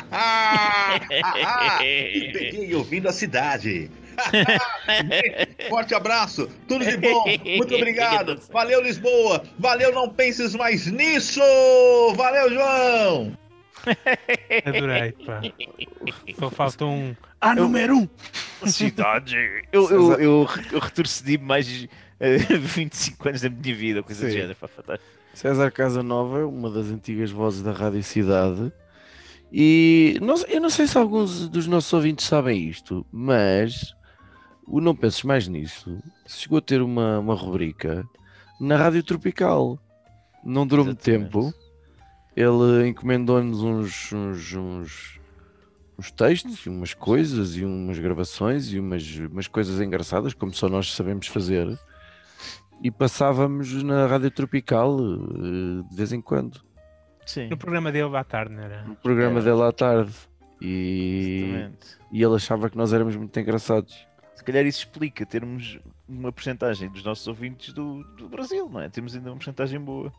E peguei ouvindo a cidade. Forte abraço, tudo de bom, muito obrigado, valeu Lisboa, valeu Não Penses Mais Nisso, valeu João. Adorei, pá. Só falta número 1. Cidade. Eu retrocedi mais 25 anos da minha vida, coisa do género. César Casanova, uma das antigas vozes da Rádio Cidade. E eu não sei se alguns dos nossos ouvintes sabem isto, mas o Não Penses Mais Nisso chegou a ter uma rubrica na Rádio Tropical. Não durou muito tempo. Ele encomendou-nos uns textos, umas coisas e umas gravações e umas coisas engraçadas, como só nós sabemos fazer. E passávamos na Rádio Tropical de vez em quando. Sim. No programa dele à tarde, não era? No programa dele à tarde. E ele achava que nós éramos muito engraçados. Se calhar isso explica termos uma porcentagem dos nossos ouvintes do Brasil, não é? Temos ainda uma porcentagem boa.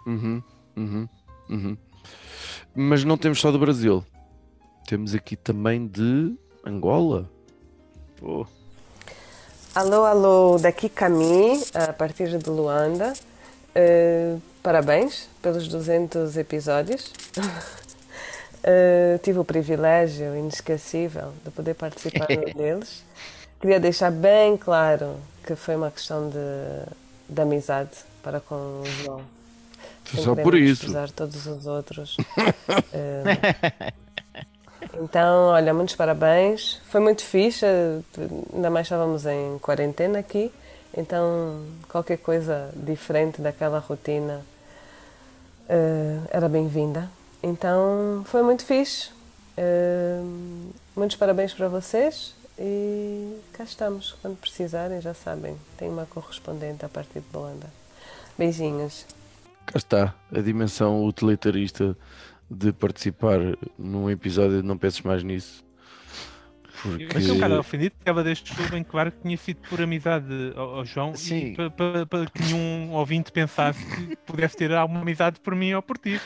Mas não temos só do Brasil. Temos aqui também de Angola. Oh. Alô, daqui Cami, a partir de Luanda. Parabéns pelos 200 episódios. Tive o privilégio inesquecível de poder participar deles. Queria deixar bem claro que foi uma questão de amizade para com o João. Só por isso. Apesar de todos os outros. Então, olha, muitos parabéns. Foi muito fixe, ainda mais estávamos em quarentena aqui, então qualquer coisa diferente daquela rotina era bem-vinda. Então foi muito fixe. Muitos parabéns para vocês e cá estamos. Quando precisarem, já sabem, tem uma correspondente a partir de Luanda. Beijinhos. Cá está a dimensão utilitarista de participar num episódio de Não Penses Mais Nisso. Porque... Eu fiquei um bocado ofendido porque ela deixou bem claro que tinha sido por amizade ao João. Sim. E para que nenhum ouvinte pensasse que pudesse ter alguma amizade por mim ou por ti.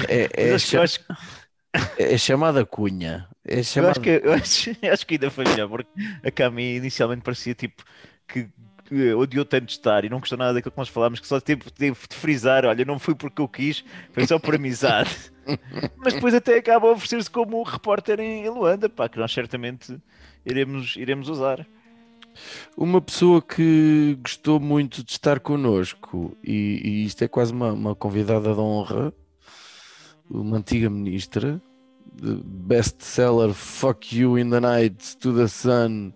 É chamada cunha. É chamada... Eu acho que ainda foi melhor, porque a Cami inicialmente parecia tipo que odiou tanto estar e não gostou nada daquilo que nós falámos, que só teve de frisar, olha, não foi porque eu quis, foi só por amizade. Mas depois até acaba a oferecer-se como repórter em Luanda, pá, que nós certamente iremos usar. Uma pessoa que gostou muito de estar connosco, e isto é quase uma convidada de honra, uma antiga ministra, best-seller Fuck You in the Night to the Sun,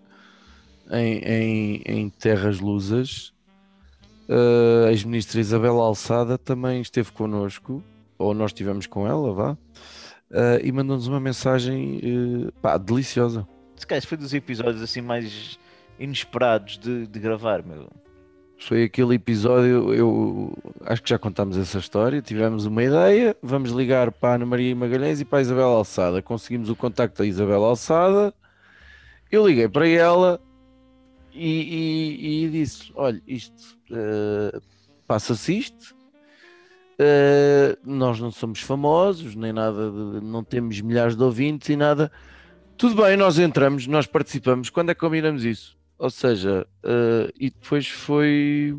em Terras Lusas. A ex-ministra Isabel Alçada também esteve connosco, ou nós estivemos com ela, vá, e mandou-nos uma mensagem deliciosa. Se calhar foi dos episódios assim mais inesperados de gravar, meu. Foi aquele episódio, eu acho que já contámos essa história, tivemos uma ideia, vamos ligar para a Ana Maria Magalhães e para a Isabel Alçada, conseguimos o contacto da Isabel Alçada, eu liguei para ela e disse, olha, isto, passa-se isto, nós não somos famosos, nem nada, não temos milhares de ouvintes e nada, tudo bem, nós entramos, nós participamos, quando é que combinamos isso? Ou seja, e depois foi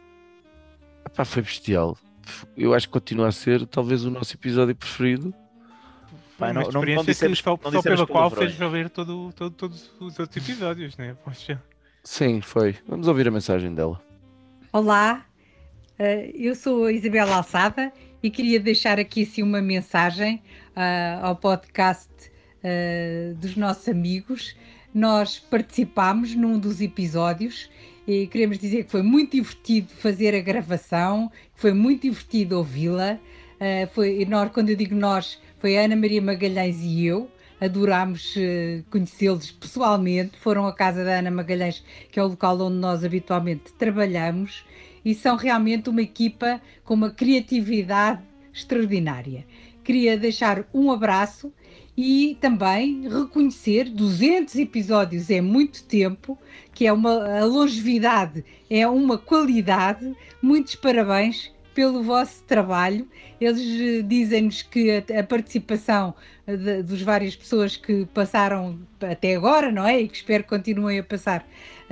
bestial. Eu acho que continua a ser talvez o nosso episódio preferido. Foi uma experiência que só pela qual fez valer todos os outros episódios, né? Poxa. Sim, foi. Vamos ouvir a mensagem dela. Olá, eu sou a Isabel Alçada e queria deixar aqui assim uma mensagem ao podcast dos nossos amigos. Nós participámos num dos episódios e queremos dizer que foi muito divertido fazer a gravação, foi muito divertido ouvi-la. Quando eu digo nós, foi a Ana Maria Magalhães e eu. Adorámos conhecê-los pessoalmente. Foram à casa da Ana Magalhães, que é o local onde nós habitualmente trabalhamos, e são realmente uma equipa com uma criatividade extraordinária. Queria deixar um abraço e também reconhecer 200 episódios é muito tempo, que é a longevidade é uma qualidade. Muitos parabéns pelo vosso trabalho. Eles dizem-nos que a participação das várias pessoas que passaram até agora, não é? E que espero que continuem a passar,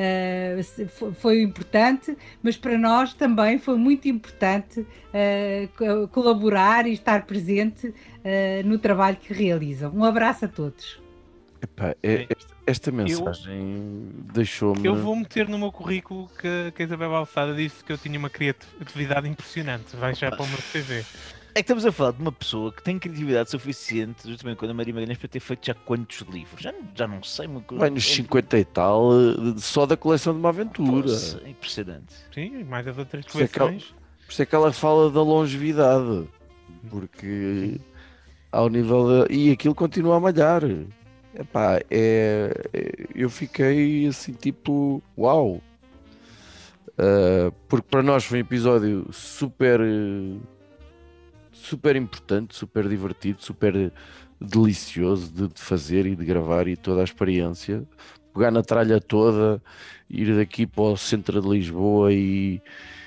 foi importante, mas para nós também foi muito importante colaborar e estar presente no trabalho que realizam. Um abraço a todos. Epá, esta mensagem deixou-me... Eu vou meter no meu currículo que a Isabel Alçada disse que eu tinha uma criatividade impressionante. Vai já para o meu CV. É que estamos a falar de uma pessoa que tem criatividade suficiente, justamente quando a Maria Magalhães, para ter feito já quantos livros? Já não sei. Vai nos 50 e tal, só da coleção de uma aventura. Poxa, é impressionante. Sim, mais as outras coleções. Por isso é que ela fala da longevidade. Porque ao nível e aquilo continua a malhar. Epá, eu fiquei assim tipo, uau! Porque para nós foi um episódio super importante, super divertido, super delicioso de fazer e de gravar, e toda a experiência, pegar na tralha toda, ir daqui para o centro de Lisboa e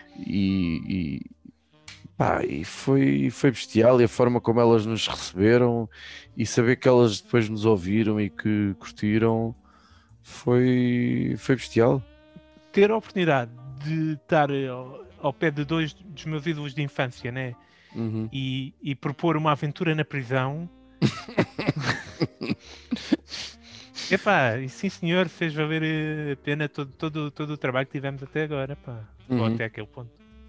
foi bestial, e a forma como elas nos receberam e saber que elas depois nos ouviram e que curtiram foi bestial. Ter a oportunidade de estar ao pé de dois dos meus ídolos de infância, né? Uhum. E propor uma aventura na prisão. Epá, e sim senhor, fez valer a pena todo o trabalho que tivemos até agora, pá. Ou até aquele ponto.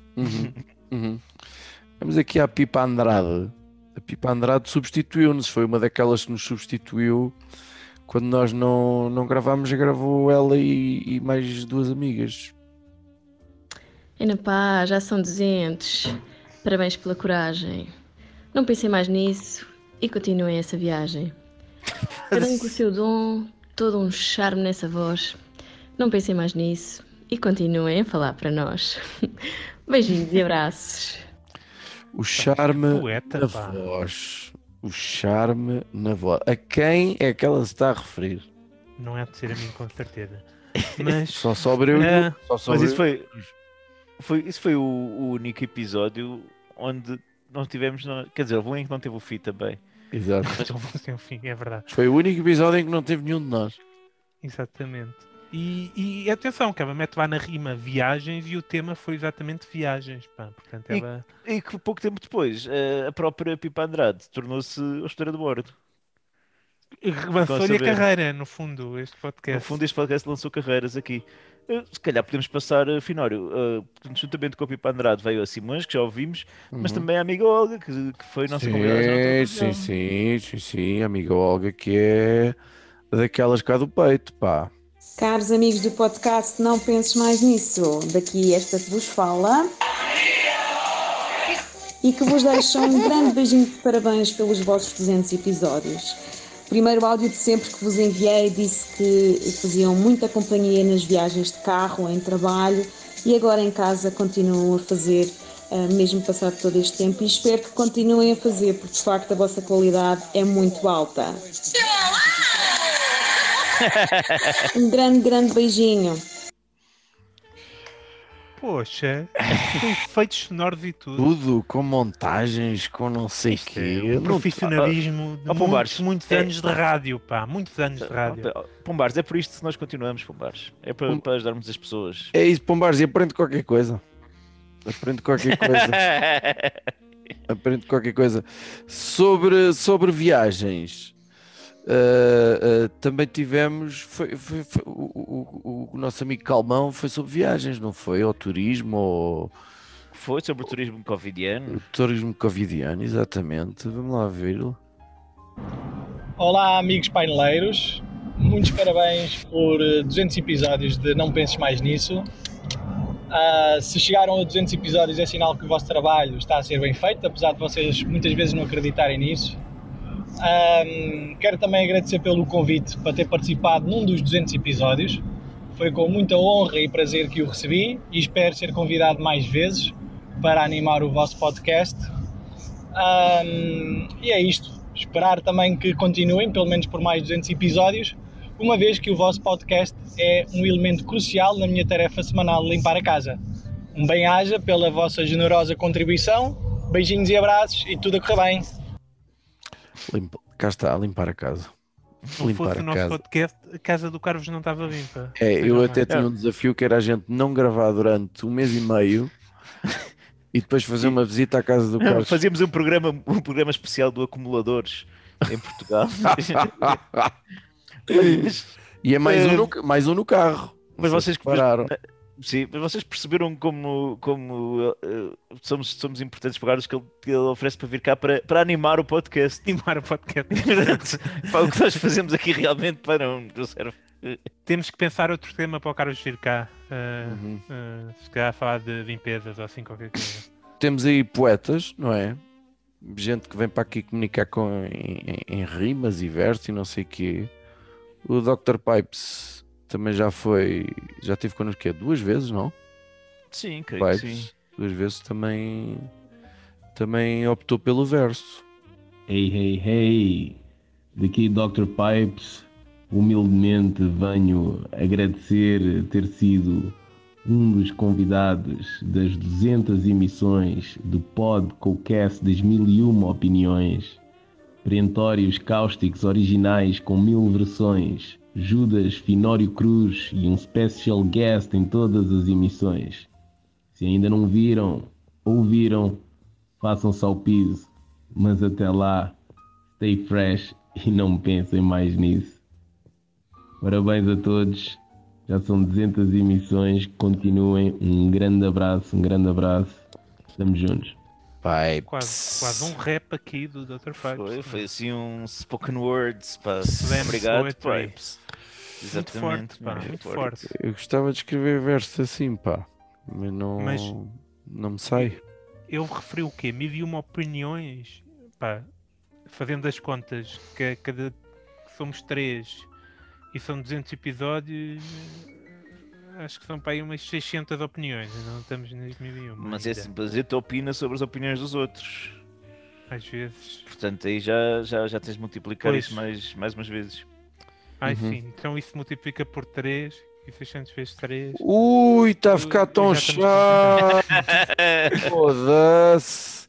Vamos aqui à Pipa Andrade. A Pipa Andrade substituiu-nos, foi uma daquelas que nos substituiu quando nós não gravámos. Gravou ela e mais duas amigas. Ana pá, já são 200. Parabéns pela coragem. Não pensem mais nisso e continuem essa viagem. Cada um com o seu dom, todo um charme nessa voz. Não pensem mais nisso e continuem a falar para nós. Beijinhos e abraços. O charme poeta, na pá. voz. O charme na voz. A quem é que ela se está a referir? Não é de ser a mim, com certeza. Mas, Só sobre eu. Só sobre Mas isso foi o único episódio onde não tivemos. Quer dizer, houve um em que não teve o Fi também. Exato. Mas não fosse um fim, é verdade. Foi o único episódio em que não teve nenhum de nós. Exatamente. E atenção, que ela mete lá na rima viagens e o tema foi exatamente viagens. Pá. Portanto, ela... E que pouco tempo depois, a própria Pipa Andrade tornou-se hospedeira de bordo. Lançou-lhe a carreira, no fundo, este podcast. No fundo, este podcast lançou carreiras aqui. Se calhar podemos passar, Finório, juntamente com a Pipa Andrade veio a Simões, que já ouvimos, mas também a amiga Olga, que foi nossa convidada. Sim, a amiga Olga, que é daquelas cá do peito, pá. Caros amigos do podcast, não penses mais nisso. Daqui esta que vos fala. E que vos deixo um grande beijinho de parabéns pelos vossos 200 episódios. Primeiro áudio de sempre que vos enviei disse que faziam muita companhia nas viagens de carro, em trabalho, e agora em casa continuam a fazer, mesmo passado todo este tempo, e espero que continuem a fazer, porque de facto a vossa qualidade é muito alta. Um grande beijinho. Poxa, com efeitos sonoros e tudo. Tudo, com montagens, com não sei o quê. Profissionalismo de muitos anos de rádio, pá. Muitos anos de rádio. Pombares, é por isto que nós continuamos, Pombares. É para ajudarmos as pessoas. É isso, Pombares, e aprende qualquer coisa. Aprende qualquer coisa. Sobre viagens. Também tivemos o nosso amigo Calmão foi sobre viagens, não foi? Ou turismo ou... Foi sobre o turismo covidiano. O turismo covidiano, exatamente. Vamos lá ver-lo. Olá amigos paineleiros, muitos parabéns por 200 episódios de Não Penses Mais Nisso. Se chegaram a 200 episódios é sinal que o vosso trabalho está a ser bem feito, apesar de vocês muitas vezes não acreditarem nisso. Quero também agradecer pelo convite para ter participado num dos 200 episódios. Foi com muita honra e prazer que o recebi e espero ser convidado mais vezes para animar o vosso podcast. E é isto. Esperar também que continuem, pelo menos por mais 200 episódios, uma vez que o vosso podcast é um elemento crucial na minha tarefa semanal de limpar a casa. Um bem-aja pela vossa generosa contribuição. Beijinhos e abraços e tudo a correr bem. Cá está, a limpar a casa. Se não fosse o nosso podcast, a casa do Carlos não estava limpa. Eu até tinha um desafio que era a gente não gravar durante 1 mês e meio e depois fazer uma visita à casa do Carlos. Fazíamos um programa especial do Acumuladores em Portugal. E é mais um no carro. Mas vocês pararam. Sim, mas vocês perceberam como somos importantes para os que ele oferece para vir cá para animar o podcast. Animar o podcast. O que nós fazemos aqui realmente para não serve. Temos que pensar outro tema para o Carlos vir cá. Se calhar falar de limpezas ou assim qualquer coisa. Temos aí poetas, não é? Gente que vem para aqui comunicar em rimas e versos e não sei o quê. O Dr. Pipes também já esteve connosco 2 vezes, não? Sim, creio que sim. 2 vezes também optou pelo verso. Hey, daqui Dr. Pipes, humildemente venho agradecer ter sido um dos convidados das 200 emissões do podcast das 1001 opiniões, perentórios cáusticos originais com 1000 versões, Judas, Finório Cruz e um special guest em todas as emissões. Se ainda não viram, ouviram, façam-se ao piso, mas até lá, stay fresh e não pensem mais nisso. Parabéns a todos, já são 200 emissões, continuem, um grande abraço, estamos juntos. Quase um rap aqui do Dr. Pipes. Foi assim um spoken words, pá. Obrigado, Pipes. Exatamente. Muito forte. Eu gostava de escrever versos assim, pá, mas não me sai. Eu referi o quê? 1001 opiniões? pá, fazendo as contas, que somos 3 e são 200 episódios, acho que são para aí umas 600 opiniões, não estamos em 2001. Mas é sempre a tua opina sobre as opiniões dos outros. Às vezes. Portanto, aí já tens de multiplicar Pois. isso mais umas vezes. Sim, então isso multiplica por 3 e 600 vezes 3. Ui, está a ficar tão chato. Foda-se.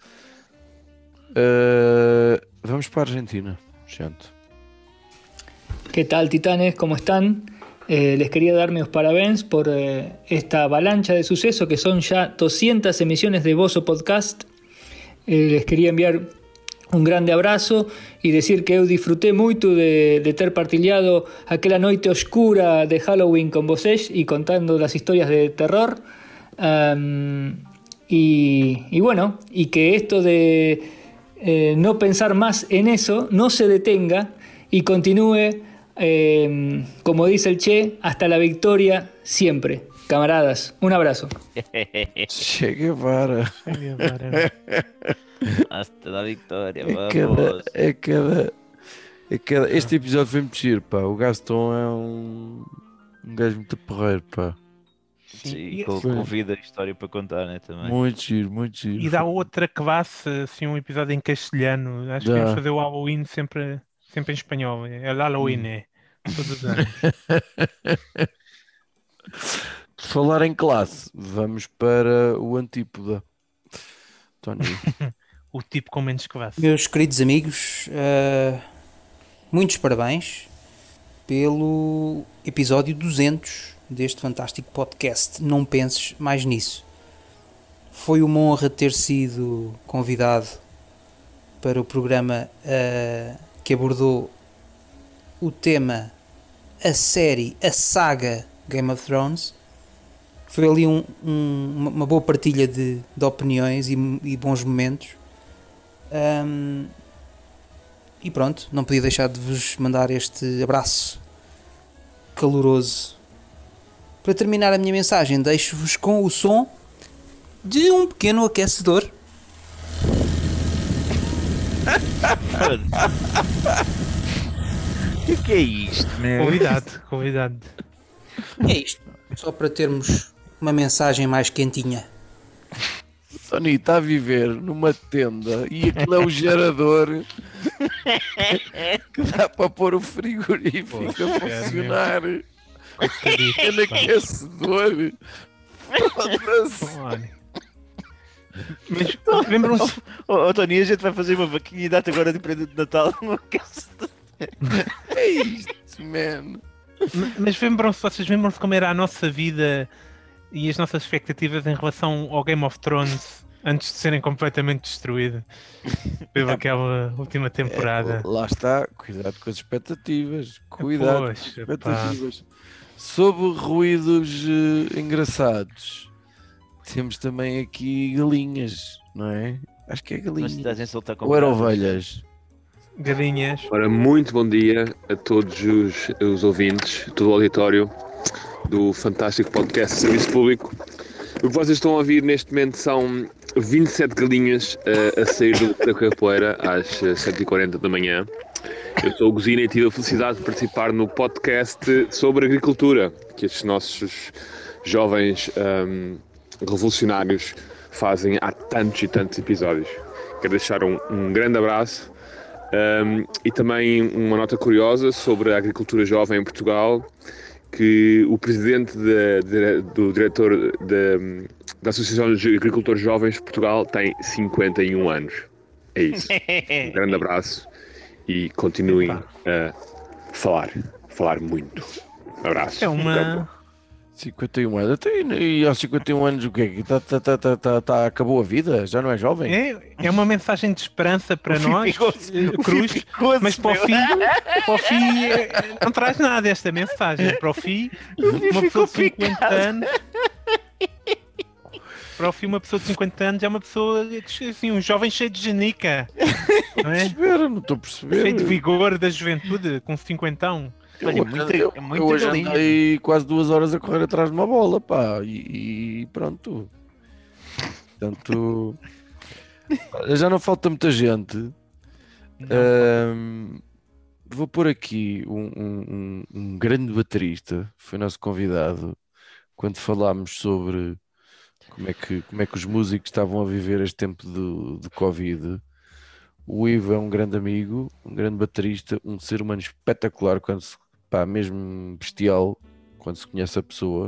Vamos para a Argentina, gente. ¿Qué tal, titanes? ¿Cómo están? Les quería dar mis parabéns por esta avalancha de suceso que son ya 200 emisiones de Bozo Podcast. Les queria enviar un grande abrazo e decir que eu disfrutei muito de ter partilhado aquela noite oscura de Halloween con vocês e contando las historias de terror. Y bueno, y que esto de no pensar más en eso no se detenga y continúe, como dice el Che, hasta la victoria siempre. Camaradas, un abrazo. Che Guevara. Hasta la vitória, vamos. Este episódio foi muito giro, pá. O Gaston é um gajo muito porreiro, pá. Sim, com vida e história para contar, né, também. Muito giro, muito giro. E dá outra classe, assim, um episódio em castelhano. Acho que vamos fazer o Halloween sempre em espanhol. É Halloween, todos os anos. Por falar em classe, vamos para o Antípoda. Tony. O tipo com menos classe. Meus queridos amigos, muitos parabéns pelo episódio 200 deste fantástico podcast. Não penses mais nisso. Foi uma honra ter sido convidado para o programa que abordou o tema, a série, a saga Game of Thrones. Foi ali uma boa partilha de opiniões e bons momentos. E pronto, não podia deixar de vos mandar este abraço caloroso. Para terminar a minha mensagem, deixo-vos com o som de um pequeno aquecedor. O que é isto, meu? Convidado. É isto, só para termos uma mensagem mais quentinha. Tony está a viver numa tenda e aquilo é o gerador que dá para pôr o frigorífico a funcionar. Aquele aquecedor. Mas lembram-se. Tony, a gente vai fazer uma vaquinha e dá-te agora de prenda de Natal um aquecedor. É isto, man. Mas vocês lembram-se como era a nossa vida e as nossas expectativas em relação ao Game of Thrones antes de serem completamente destruídas pela aquela última temporada? Lá está, cuidado com as expectativas. Cuidado com as expectativas. Sobre ruídos engraçados, temos também aqui galinhas, não é? Acho que é galinhas. Ou era ovelhas? Galinhas. Ora, muito bom dia a todos os ouvintes, todo o auditório do fantástico podcast de Serviço Público. O que vocês estão a ouvir neste momento são 27 galinhas a sair da capoeira às 7h40 da manhã. Eu sou o Gozina e tive a felicidade de participar no podcast sobre agricultura que estes nossos jovens revolucionários fazem há tantos e tantos episódios. Quero deixar um grande abraço e também uma nota curiosa sobre a agricultura jovem em Portugal, que o presidente do diretor da Associação de Agricultores Jovens de Portugal tem 51 anos. É isso. Um grande abraço e continuem a falar muito. Abraço. É uma... 51 anos. E aos 51 anos o quê? Acabou a vida? Já não é jovem? É uma mensagem de esperança para nós, Cruz, mas para o Fi não traz nada esta mensagem. Para o Fi, uma pessoa de 50 anos... Para o Fi, uma pessoa de 50 anos é uma pessoa, assim, um jovem cheio de genica. Não é? Não estou a perceber. Cheio de vigor da juventude, com 50. Eu hoje andei quase 2 horas a correr atrás de uma bola, pá, e pronto. Portanto, já não falta muita gente Vou pôr aqui um grande baterista, foi nosso convidado, quando falámos sobre como é que os músicos estavam a viver este tempo de Covid. O Ivo é um grande amigo, um grande baterista, um ser humano espetacular, mesmo bestial, quando se conhece a pessoa.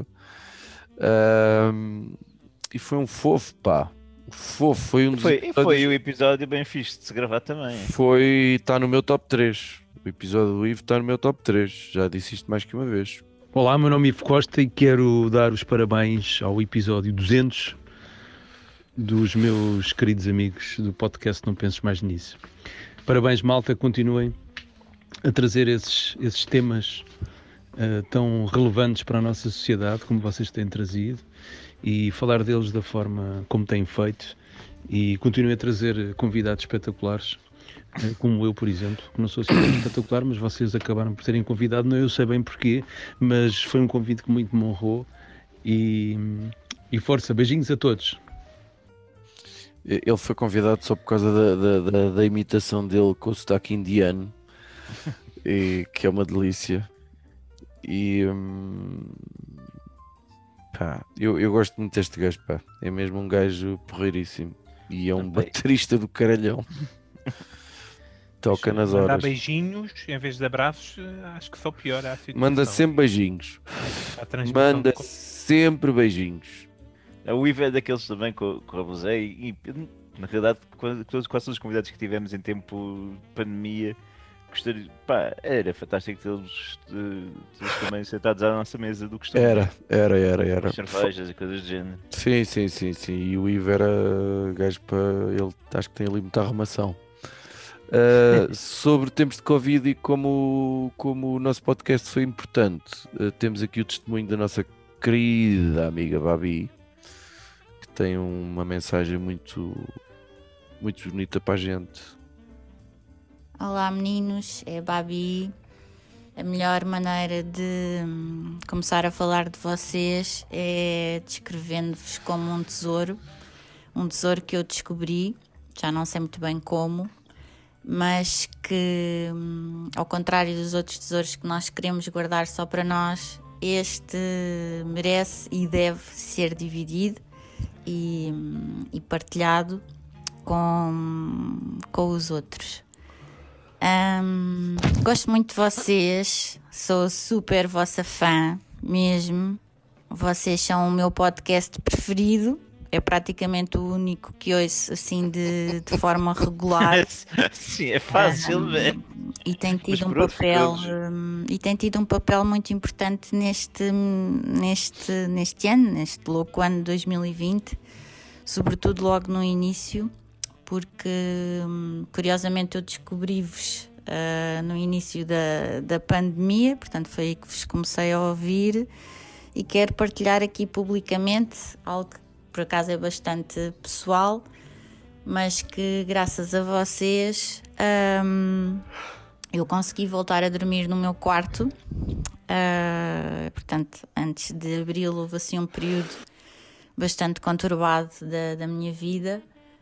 E foi um fofo, pá. Fofo, foi um dos foi o episódio bem fixe de se gravar também. Está no meu top 3. O episódio do Ivo está no meu top 3. Já disse isto mais que uma vez. Olá, meu nome é Ivo Costa e quero dar os parabéns ao episódio 200 dos meus queridos amigos do podcast Não Penses Mais Nisso. Parabéns, malta, continuem a trazer esses temas tão relevantes para a nossa sociedade como vocês têm trazido e falar deles da forma como têm feito, e continuem a trazer convidados espetaculares, como eu, por exemplo, que não sou assim tão espetacular, mas vocês acabaram por terem convidado, não eu sei bem porquê, mas foi um convite que muito me honrou, e força, beijinhos a todos. Ele foi convidado só por causa da imitação dele com o sotaque indiano, que é uma delícia. E eu gosto muito deste gajo, pá. É mesmo um gajo porreiríssimo. E é um baterista do caralhão. Toca nas horas. Mandar beijinhos em vez de abraços, acho que só piora a situação. Manda sempre beijinhos. Manda sempre beijinhos. O Ivo é daqueles também que eu abusei e na realidade quase todos os convidados que tivemos em tempo de pandemia, era fantástico tê-los também sentados à nossa mesa do costume. Era. Cervejas e coisas do género. Sim. E o Ivo era gajo para ele, acho que tem ali muita arrumação. Sobre tempos de Covid e como o nosso podcast foi importante, temos aqui o testemunho da nossa querida amiga Babi, que tem uma mensagem muito bonita para a gente. Olá meninos, é a Babi. A melhor maneira de começar a falar de vocês é descrevendo-vos como um tesouro que eu descobri, já não sei muito bem como, mas que, ao contrário dos outros tesouros que nós queremos guardar só para nós, este merece e deve ser dividido e partilhado com os outros. Gosto muito de vocês, sou super vossa fã mesmo. Vocês são o meu podcast preferido, é praticamente o único que ouço assim de forma regular. Sim, é fácil ver. E tem tido um papel muito importante neste ano, neste louco ano de 2020, sobretudo logo no início, porque curiosamente eu descobri-vos no início da pandemia, portanto foi aí que vos comecei a ouvir, e quero partilhar aqui publicamente algo que por acaso é bastante pessoal, mas que graças a vocês eu consegui voltar a dormir no meu quarto. Portanto, antes de abril houve assim um período bastante conturbado da minha vida.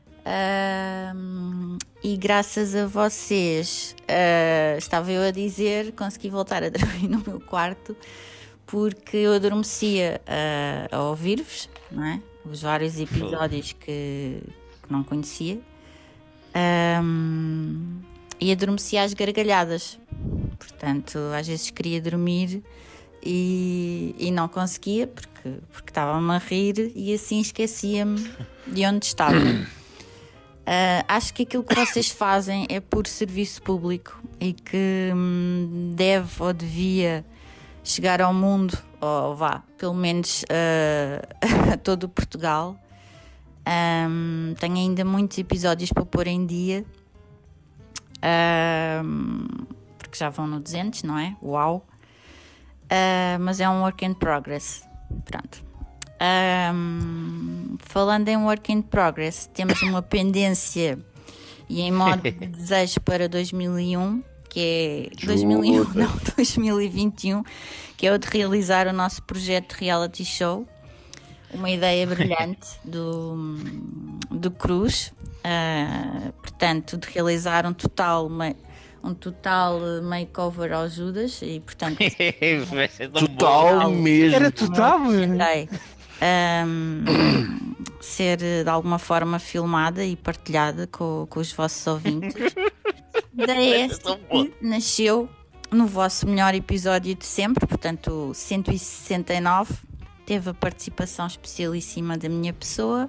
E graças a vocês, estava eu a dizer, consegui voltar a dormir no meu quarto, porque eu adormecia a ouvir-vos, não é? Os vários episódios que não conhecia, e adormecia às gargalhadas. Portanto, às vezes queria dormir e não conseguia porque estava-me a rir e assim esquecia-me de onde estava. Acho que aquilo que vocês fazem é por serviço público e que deve ou devia chegar ao mundo, ou pelo menos a todo o Portugal. Tenho ainda muitos episódios para pôr em dia, porque já vão no 200, não é? Uau! Mas é um work in progress. Pronto. Falando em work in progress, temos uma pendência e em modo de desejo para 2001, que é 2021, que é o de realizar o nosso projeto de reality show, uma ideia brilhante do Cruz, portanto, de realizar um total makeover ao Judas e, portanto, total mesmo. Era total? Ser de alguma forma filmada e partilhada com os vossos ouvintes. Daí esta que nasceu no vosso melhor episódio de sempre, portanto 169, teve a participação especialíssima da minha pessoa.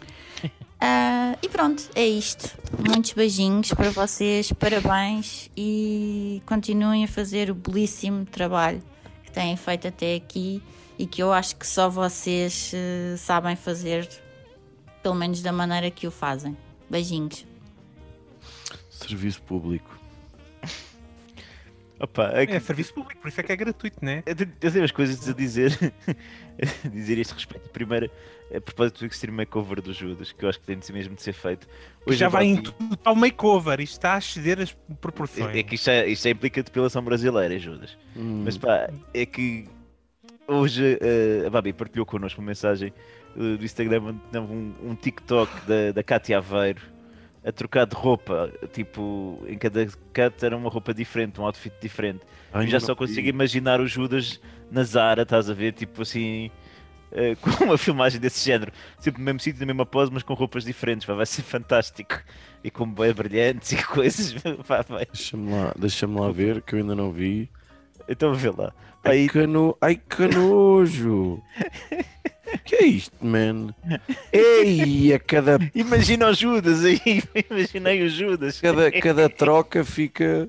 E pronto, é isto. Muitos beijinhos para vocês, parabéns e continuem a fazer o belíssimo trabalho que têm feito até aqui e que eu acho que só vocês sabem fazer, pelo menos da maneira que o fazem. Beijinhos. Serviço público. Opa, é serviço público, por isso é que é gratuito, não é? Eu tenho umas coisas a dizer dizer este respeito. Primeiro, a propósito do Extreme Makeover do Judas, que eu acho que tem de ser mesmo de ser feito. Hoje já vai em total makeover, isto está a exceder as proporções. É que isto implica depilação brasileira, Judas. Mas pá, é que hoje a Babi partilhou connosco uma mensagem do Instagram, um TikTok da Cátia Aveiro a trocar de roupa, tipo, em cada cut era uma roupa diferente, um outfit diferente. Eu já só consigo imaginar o Judas na Zara, estás a ver, tipo assim, com uma filmagem desse género, sempre no mesmo sítio, na mesma pose, mas com roupas diferentes, vai ser fantástico. E com bem brilhantes e coisas. Deixa-me lá ver, que eu ainda não vi. Então vê lá. Ai, que nojo! Que é isto, man? Ei, a cada... Imagina o Judas aí, imaginei o Judas. Cada troca fica...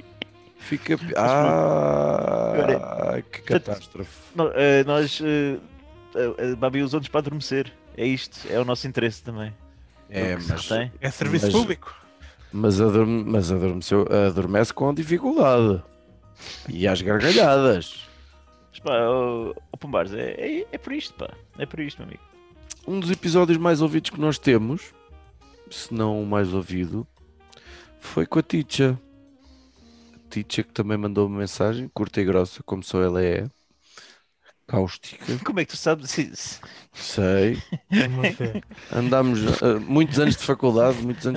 que catástrofe. Nós... Babi usou-nos para adormecer. É isto, é o nosso interesse também. É serviço público. Mas adormece com dificuldade. E às gargalhadas. Mas pá, o Pombares, é por isto, pá. É por isto, meu amigo. Um dos episódios mais ouvidos que nós temos, se não o mais ouvido, foi com a Ticha. A Ticha que também mandou uma mensagem, curta e grossa, como só ela é. Cáustica. Como é que tu sabes isso? Sei. Andámos muitos anos de faculdade.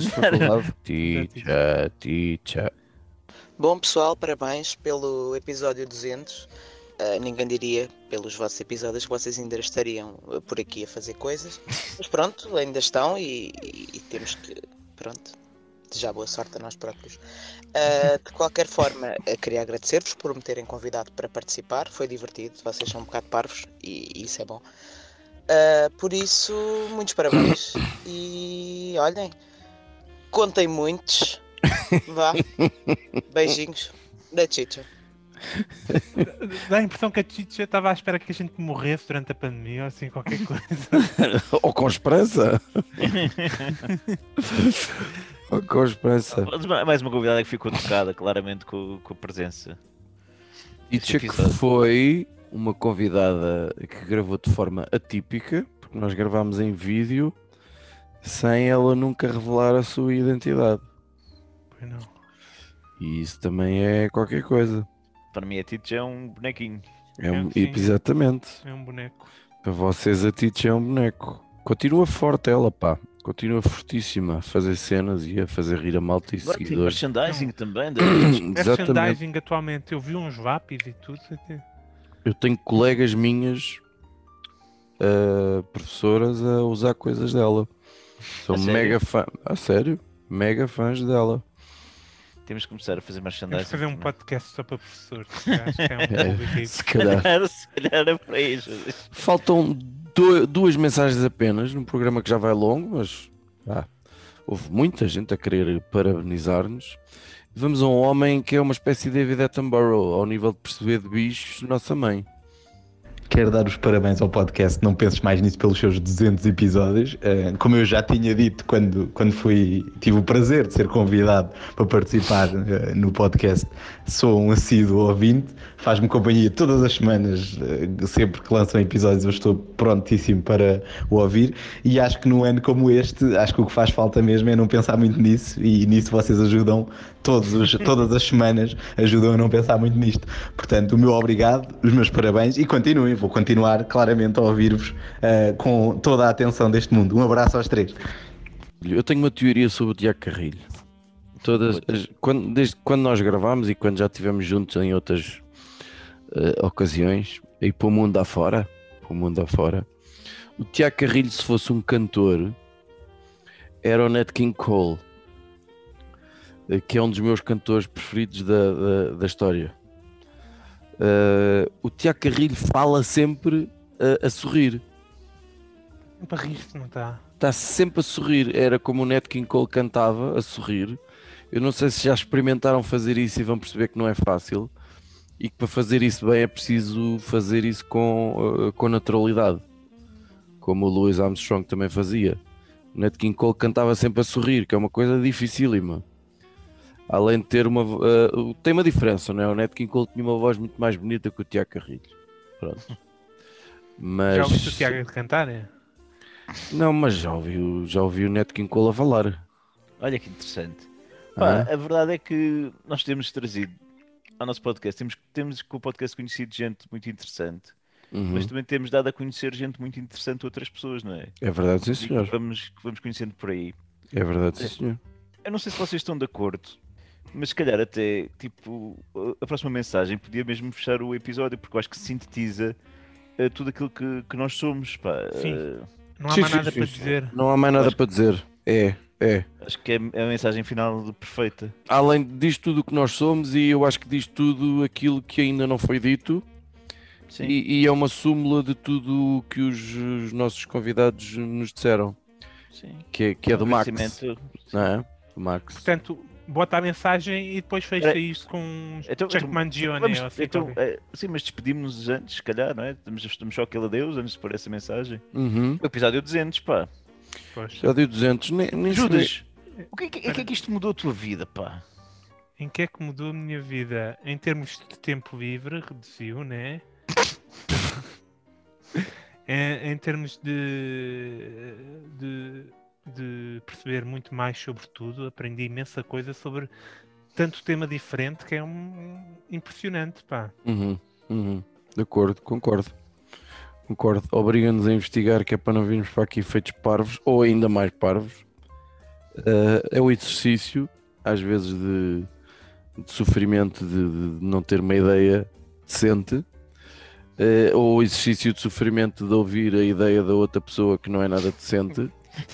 Ticha. Bom pessoal, parabéns pelo episódio 200. Ninguém diria pelos vossos episódios que vocês ainda estariam por aqui a fazer coisas. Mas pronto, ainda estão e temos que, desejar boa sorte a nós próprios. De qualquer forma, queria agradecer-vos por me terem convidado para participar. Foi divertido, vocês são um bocado parvos e isso é bom. Por isso, muitos parabéns. E olhem, contem muitos. Vá, beijinhos da Chicha. Dá a impressão que a Chicha estava à espera que a gente morresse durante a pandemia ou assim, qualquer coisa. Ou com esperança. Mais uma convidada que ficou tocada claramente com a presença. Chicha que foi uma convidada que gravou de forma atípica, porque nós gravámos em vídeo sem ela nunca revelar a sua identidade. Pois não. E isso também é qualquer coisa. Para mim a Ticha é um bonequinho. Exatamente. É um boneco. Para vocês a Ticha é um boneco. Continua forte ela, pá. Continua fortíssima a fazer cenas e a fazer rir a malta e agora seguidores. Tem merchandising também. Merchandising atualmente. Eu vi uns VAPs e tudo. Eu tenho colegas minhas, professoras, a usar coisas dela. São mega fãs. A sério? Mega fãs dela. Temos que começar a fazer merchandising. Temos que fazer um podcast só para professores. Acho que é um público aí. Se calhar é para isso. Faltam duas mensagens apenas num programa que já vai longo, mas houve muita gente a querer parabenizar-nos. Vamos a um homem que é uma espécie de David Attenborough ao nível de perceber de bichos, nossa mãe. Quero dar os parabéns ao podcast Não Penses Mais Nisso pelos seus 200 episódios. Como eu já tinha dito quando tive o prazer de ser convidado para participar no podcast, sou um assíduo ouvinte, faz-me companhia todas as semanas, sempre que lançam episódios eu estou prontíssimo para o ouvir e acho que num ano como este, acho que o que faz falta mesmo é não pensar muito nisso e nisso vocês ajudam todas as semanas, ajudam a não pensar muito nisto. Portanto, o meu obrigado, os meus parabéns e continuem. Vou continuar claramente a ouvir-vos com toda a atenção deste mundo. Um abraço aos três. Eu tenho uma teoria sobre o Tiago Carrilho. Desde quando nós gravámos e quando já estivemos juntos em outras ocasiões, e para o mundo afora, o Tiago Carrilho, se fosse um cantor, era o Nat King Cole, que é um dos meus cantores preferidos da história. O Tiago Carrilho fala sempre a sorrir. Para rir-se, não está? Está sempre a sorrir. Era como o Nat King Cole cantava, a sorrir. Eu não sei se já experimentaram fazer isso e vão perceber que não é fácil. E que para fazer isso bem é preciso fazer isso com naturalidade. Como o Louis Armstrong também fazia. O Nat King Cole cantava sempre a sorrir, que é uma coisa dificílima. Além de ter tem uma diferença, não é? O Nat King Cole tinha uma voz muito mais bonita que o Tiago Carrilho. Pronto. Mas... Já ouviste o Tiago cantar, é? Não, mas já ouvi o Nat King Cole a falar. Olha que interessante. Pá, a verdade é que nós temos trazido ao nosso podcast, temos com o podcast conhecido gente muito interessante, mas também temos dado a conhecer gente muito interessante a outras pessoas, não é? É verdade, sim, senhor. Que vamos conhecendo por aí. É verdade, sim, senhor. Eu não sei se vocês estão de acordo, mas se calhar até, tipo, a próxima mensagem podia mesmo fechar o episódio, porque eu acho que sintetiza tudo aquilo que nós somos, pá. Sim. Não há mais nada para dizer. Não há mais nada para dizer. É. Acho que é a mensagem final perfeita. Além diz tudo o que nós somos, e eu acho que diz tudo aquilo que ainda não foi dito. Sim. E é uma súmula de tudo o que os nossos convidados nos disseram. Sim. Que é do Max. Não é? Do Max. Portanto, bota a mensagem e depois fecha isto com um check Mangione. Sim, mas despedimos-nos antes, se calhar, não é? Estamos só aquele adeus antes de pôr essa mensagem. O episódio 200, pá. Episódio 200. Nem Judas, o que é que isto mudou a tua vida, pá? Em que é que mudou a minha vida? Em termos de tempo livre, reduziu, né? Em termos de perceber muito mais sobre tudo, aprendi imensa coisa sobre tanto tema diferente que é impressionante, pá. De acordo, concordo. Obriga-nos a investigar, que é para não virmos para aqui feitos parvos, ou ainda mais parvos. É o exercício, às vezes, de sofrimento de não ter uma ideia decente, ou o exercício de sofrimento de ouvir a ideia da outra pessoa que não é nada decente.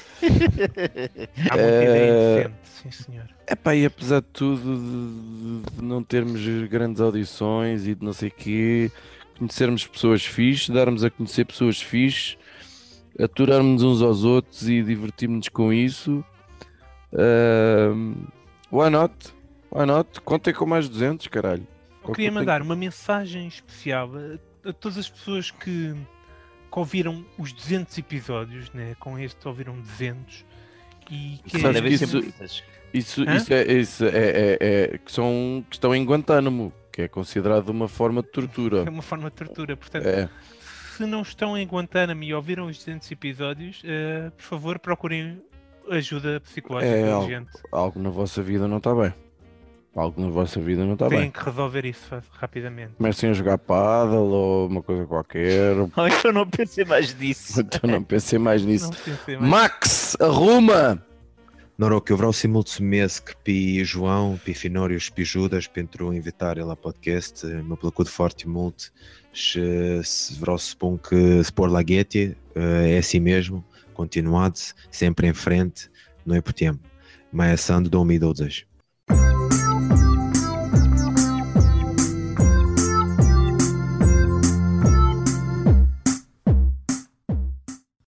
Há muita ideia decente, sim senhor. E apesar de tudo, de não termos grandes audições e de não sei o quê, conhecermos pessoas fixes, darmos a conhecer pessoas fixes, aturarmos uns aos outros e divertirmos-nos com isso. Why not? Contem com mais 200, caralho. Eu queria mandar uma mensagem especial a todas as pessoas que ouviram os 200 episódios, né? Com este ouviram 200 e que que estão em Guantánamo, que é considerado uma forma de tortura. É uma forma de tortura, portanto, se não estão em Guantánamo e ouviram os 200 episódios, por favor procurem ajuda psicológica urgente. Algo na vossa vida não está bem. Têm que resolver isso rapidamente. Comecem a jogar paddle ou uma coisa qualquer. Eu não pensei mais nisso. Max, arruma! Norok, eu vreau să-i mulțumesc pe João, pe Finorius și pe Judas pentru invitarea la podcast. Mi-a plăcut foarte mult și vreau să spun că spor la ghete, é assim mesmo, continuați, sempre em frente, noi putem. Mai Sandu 2020.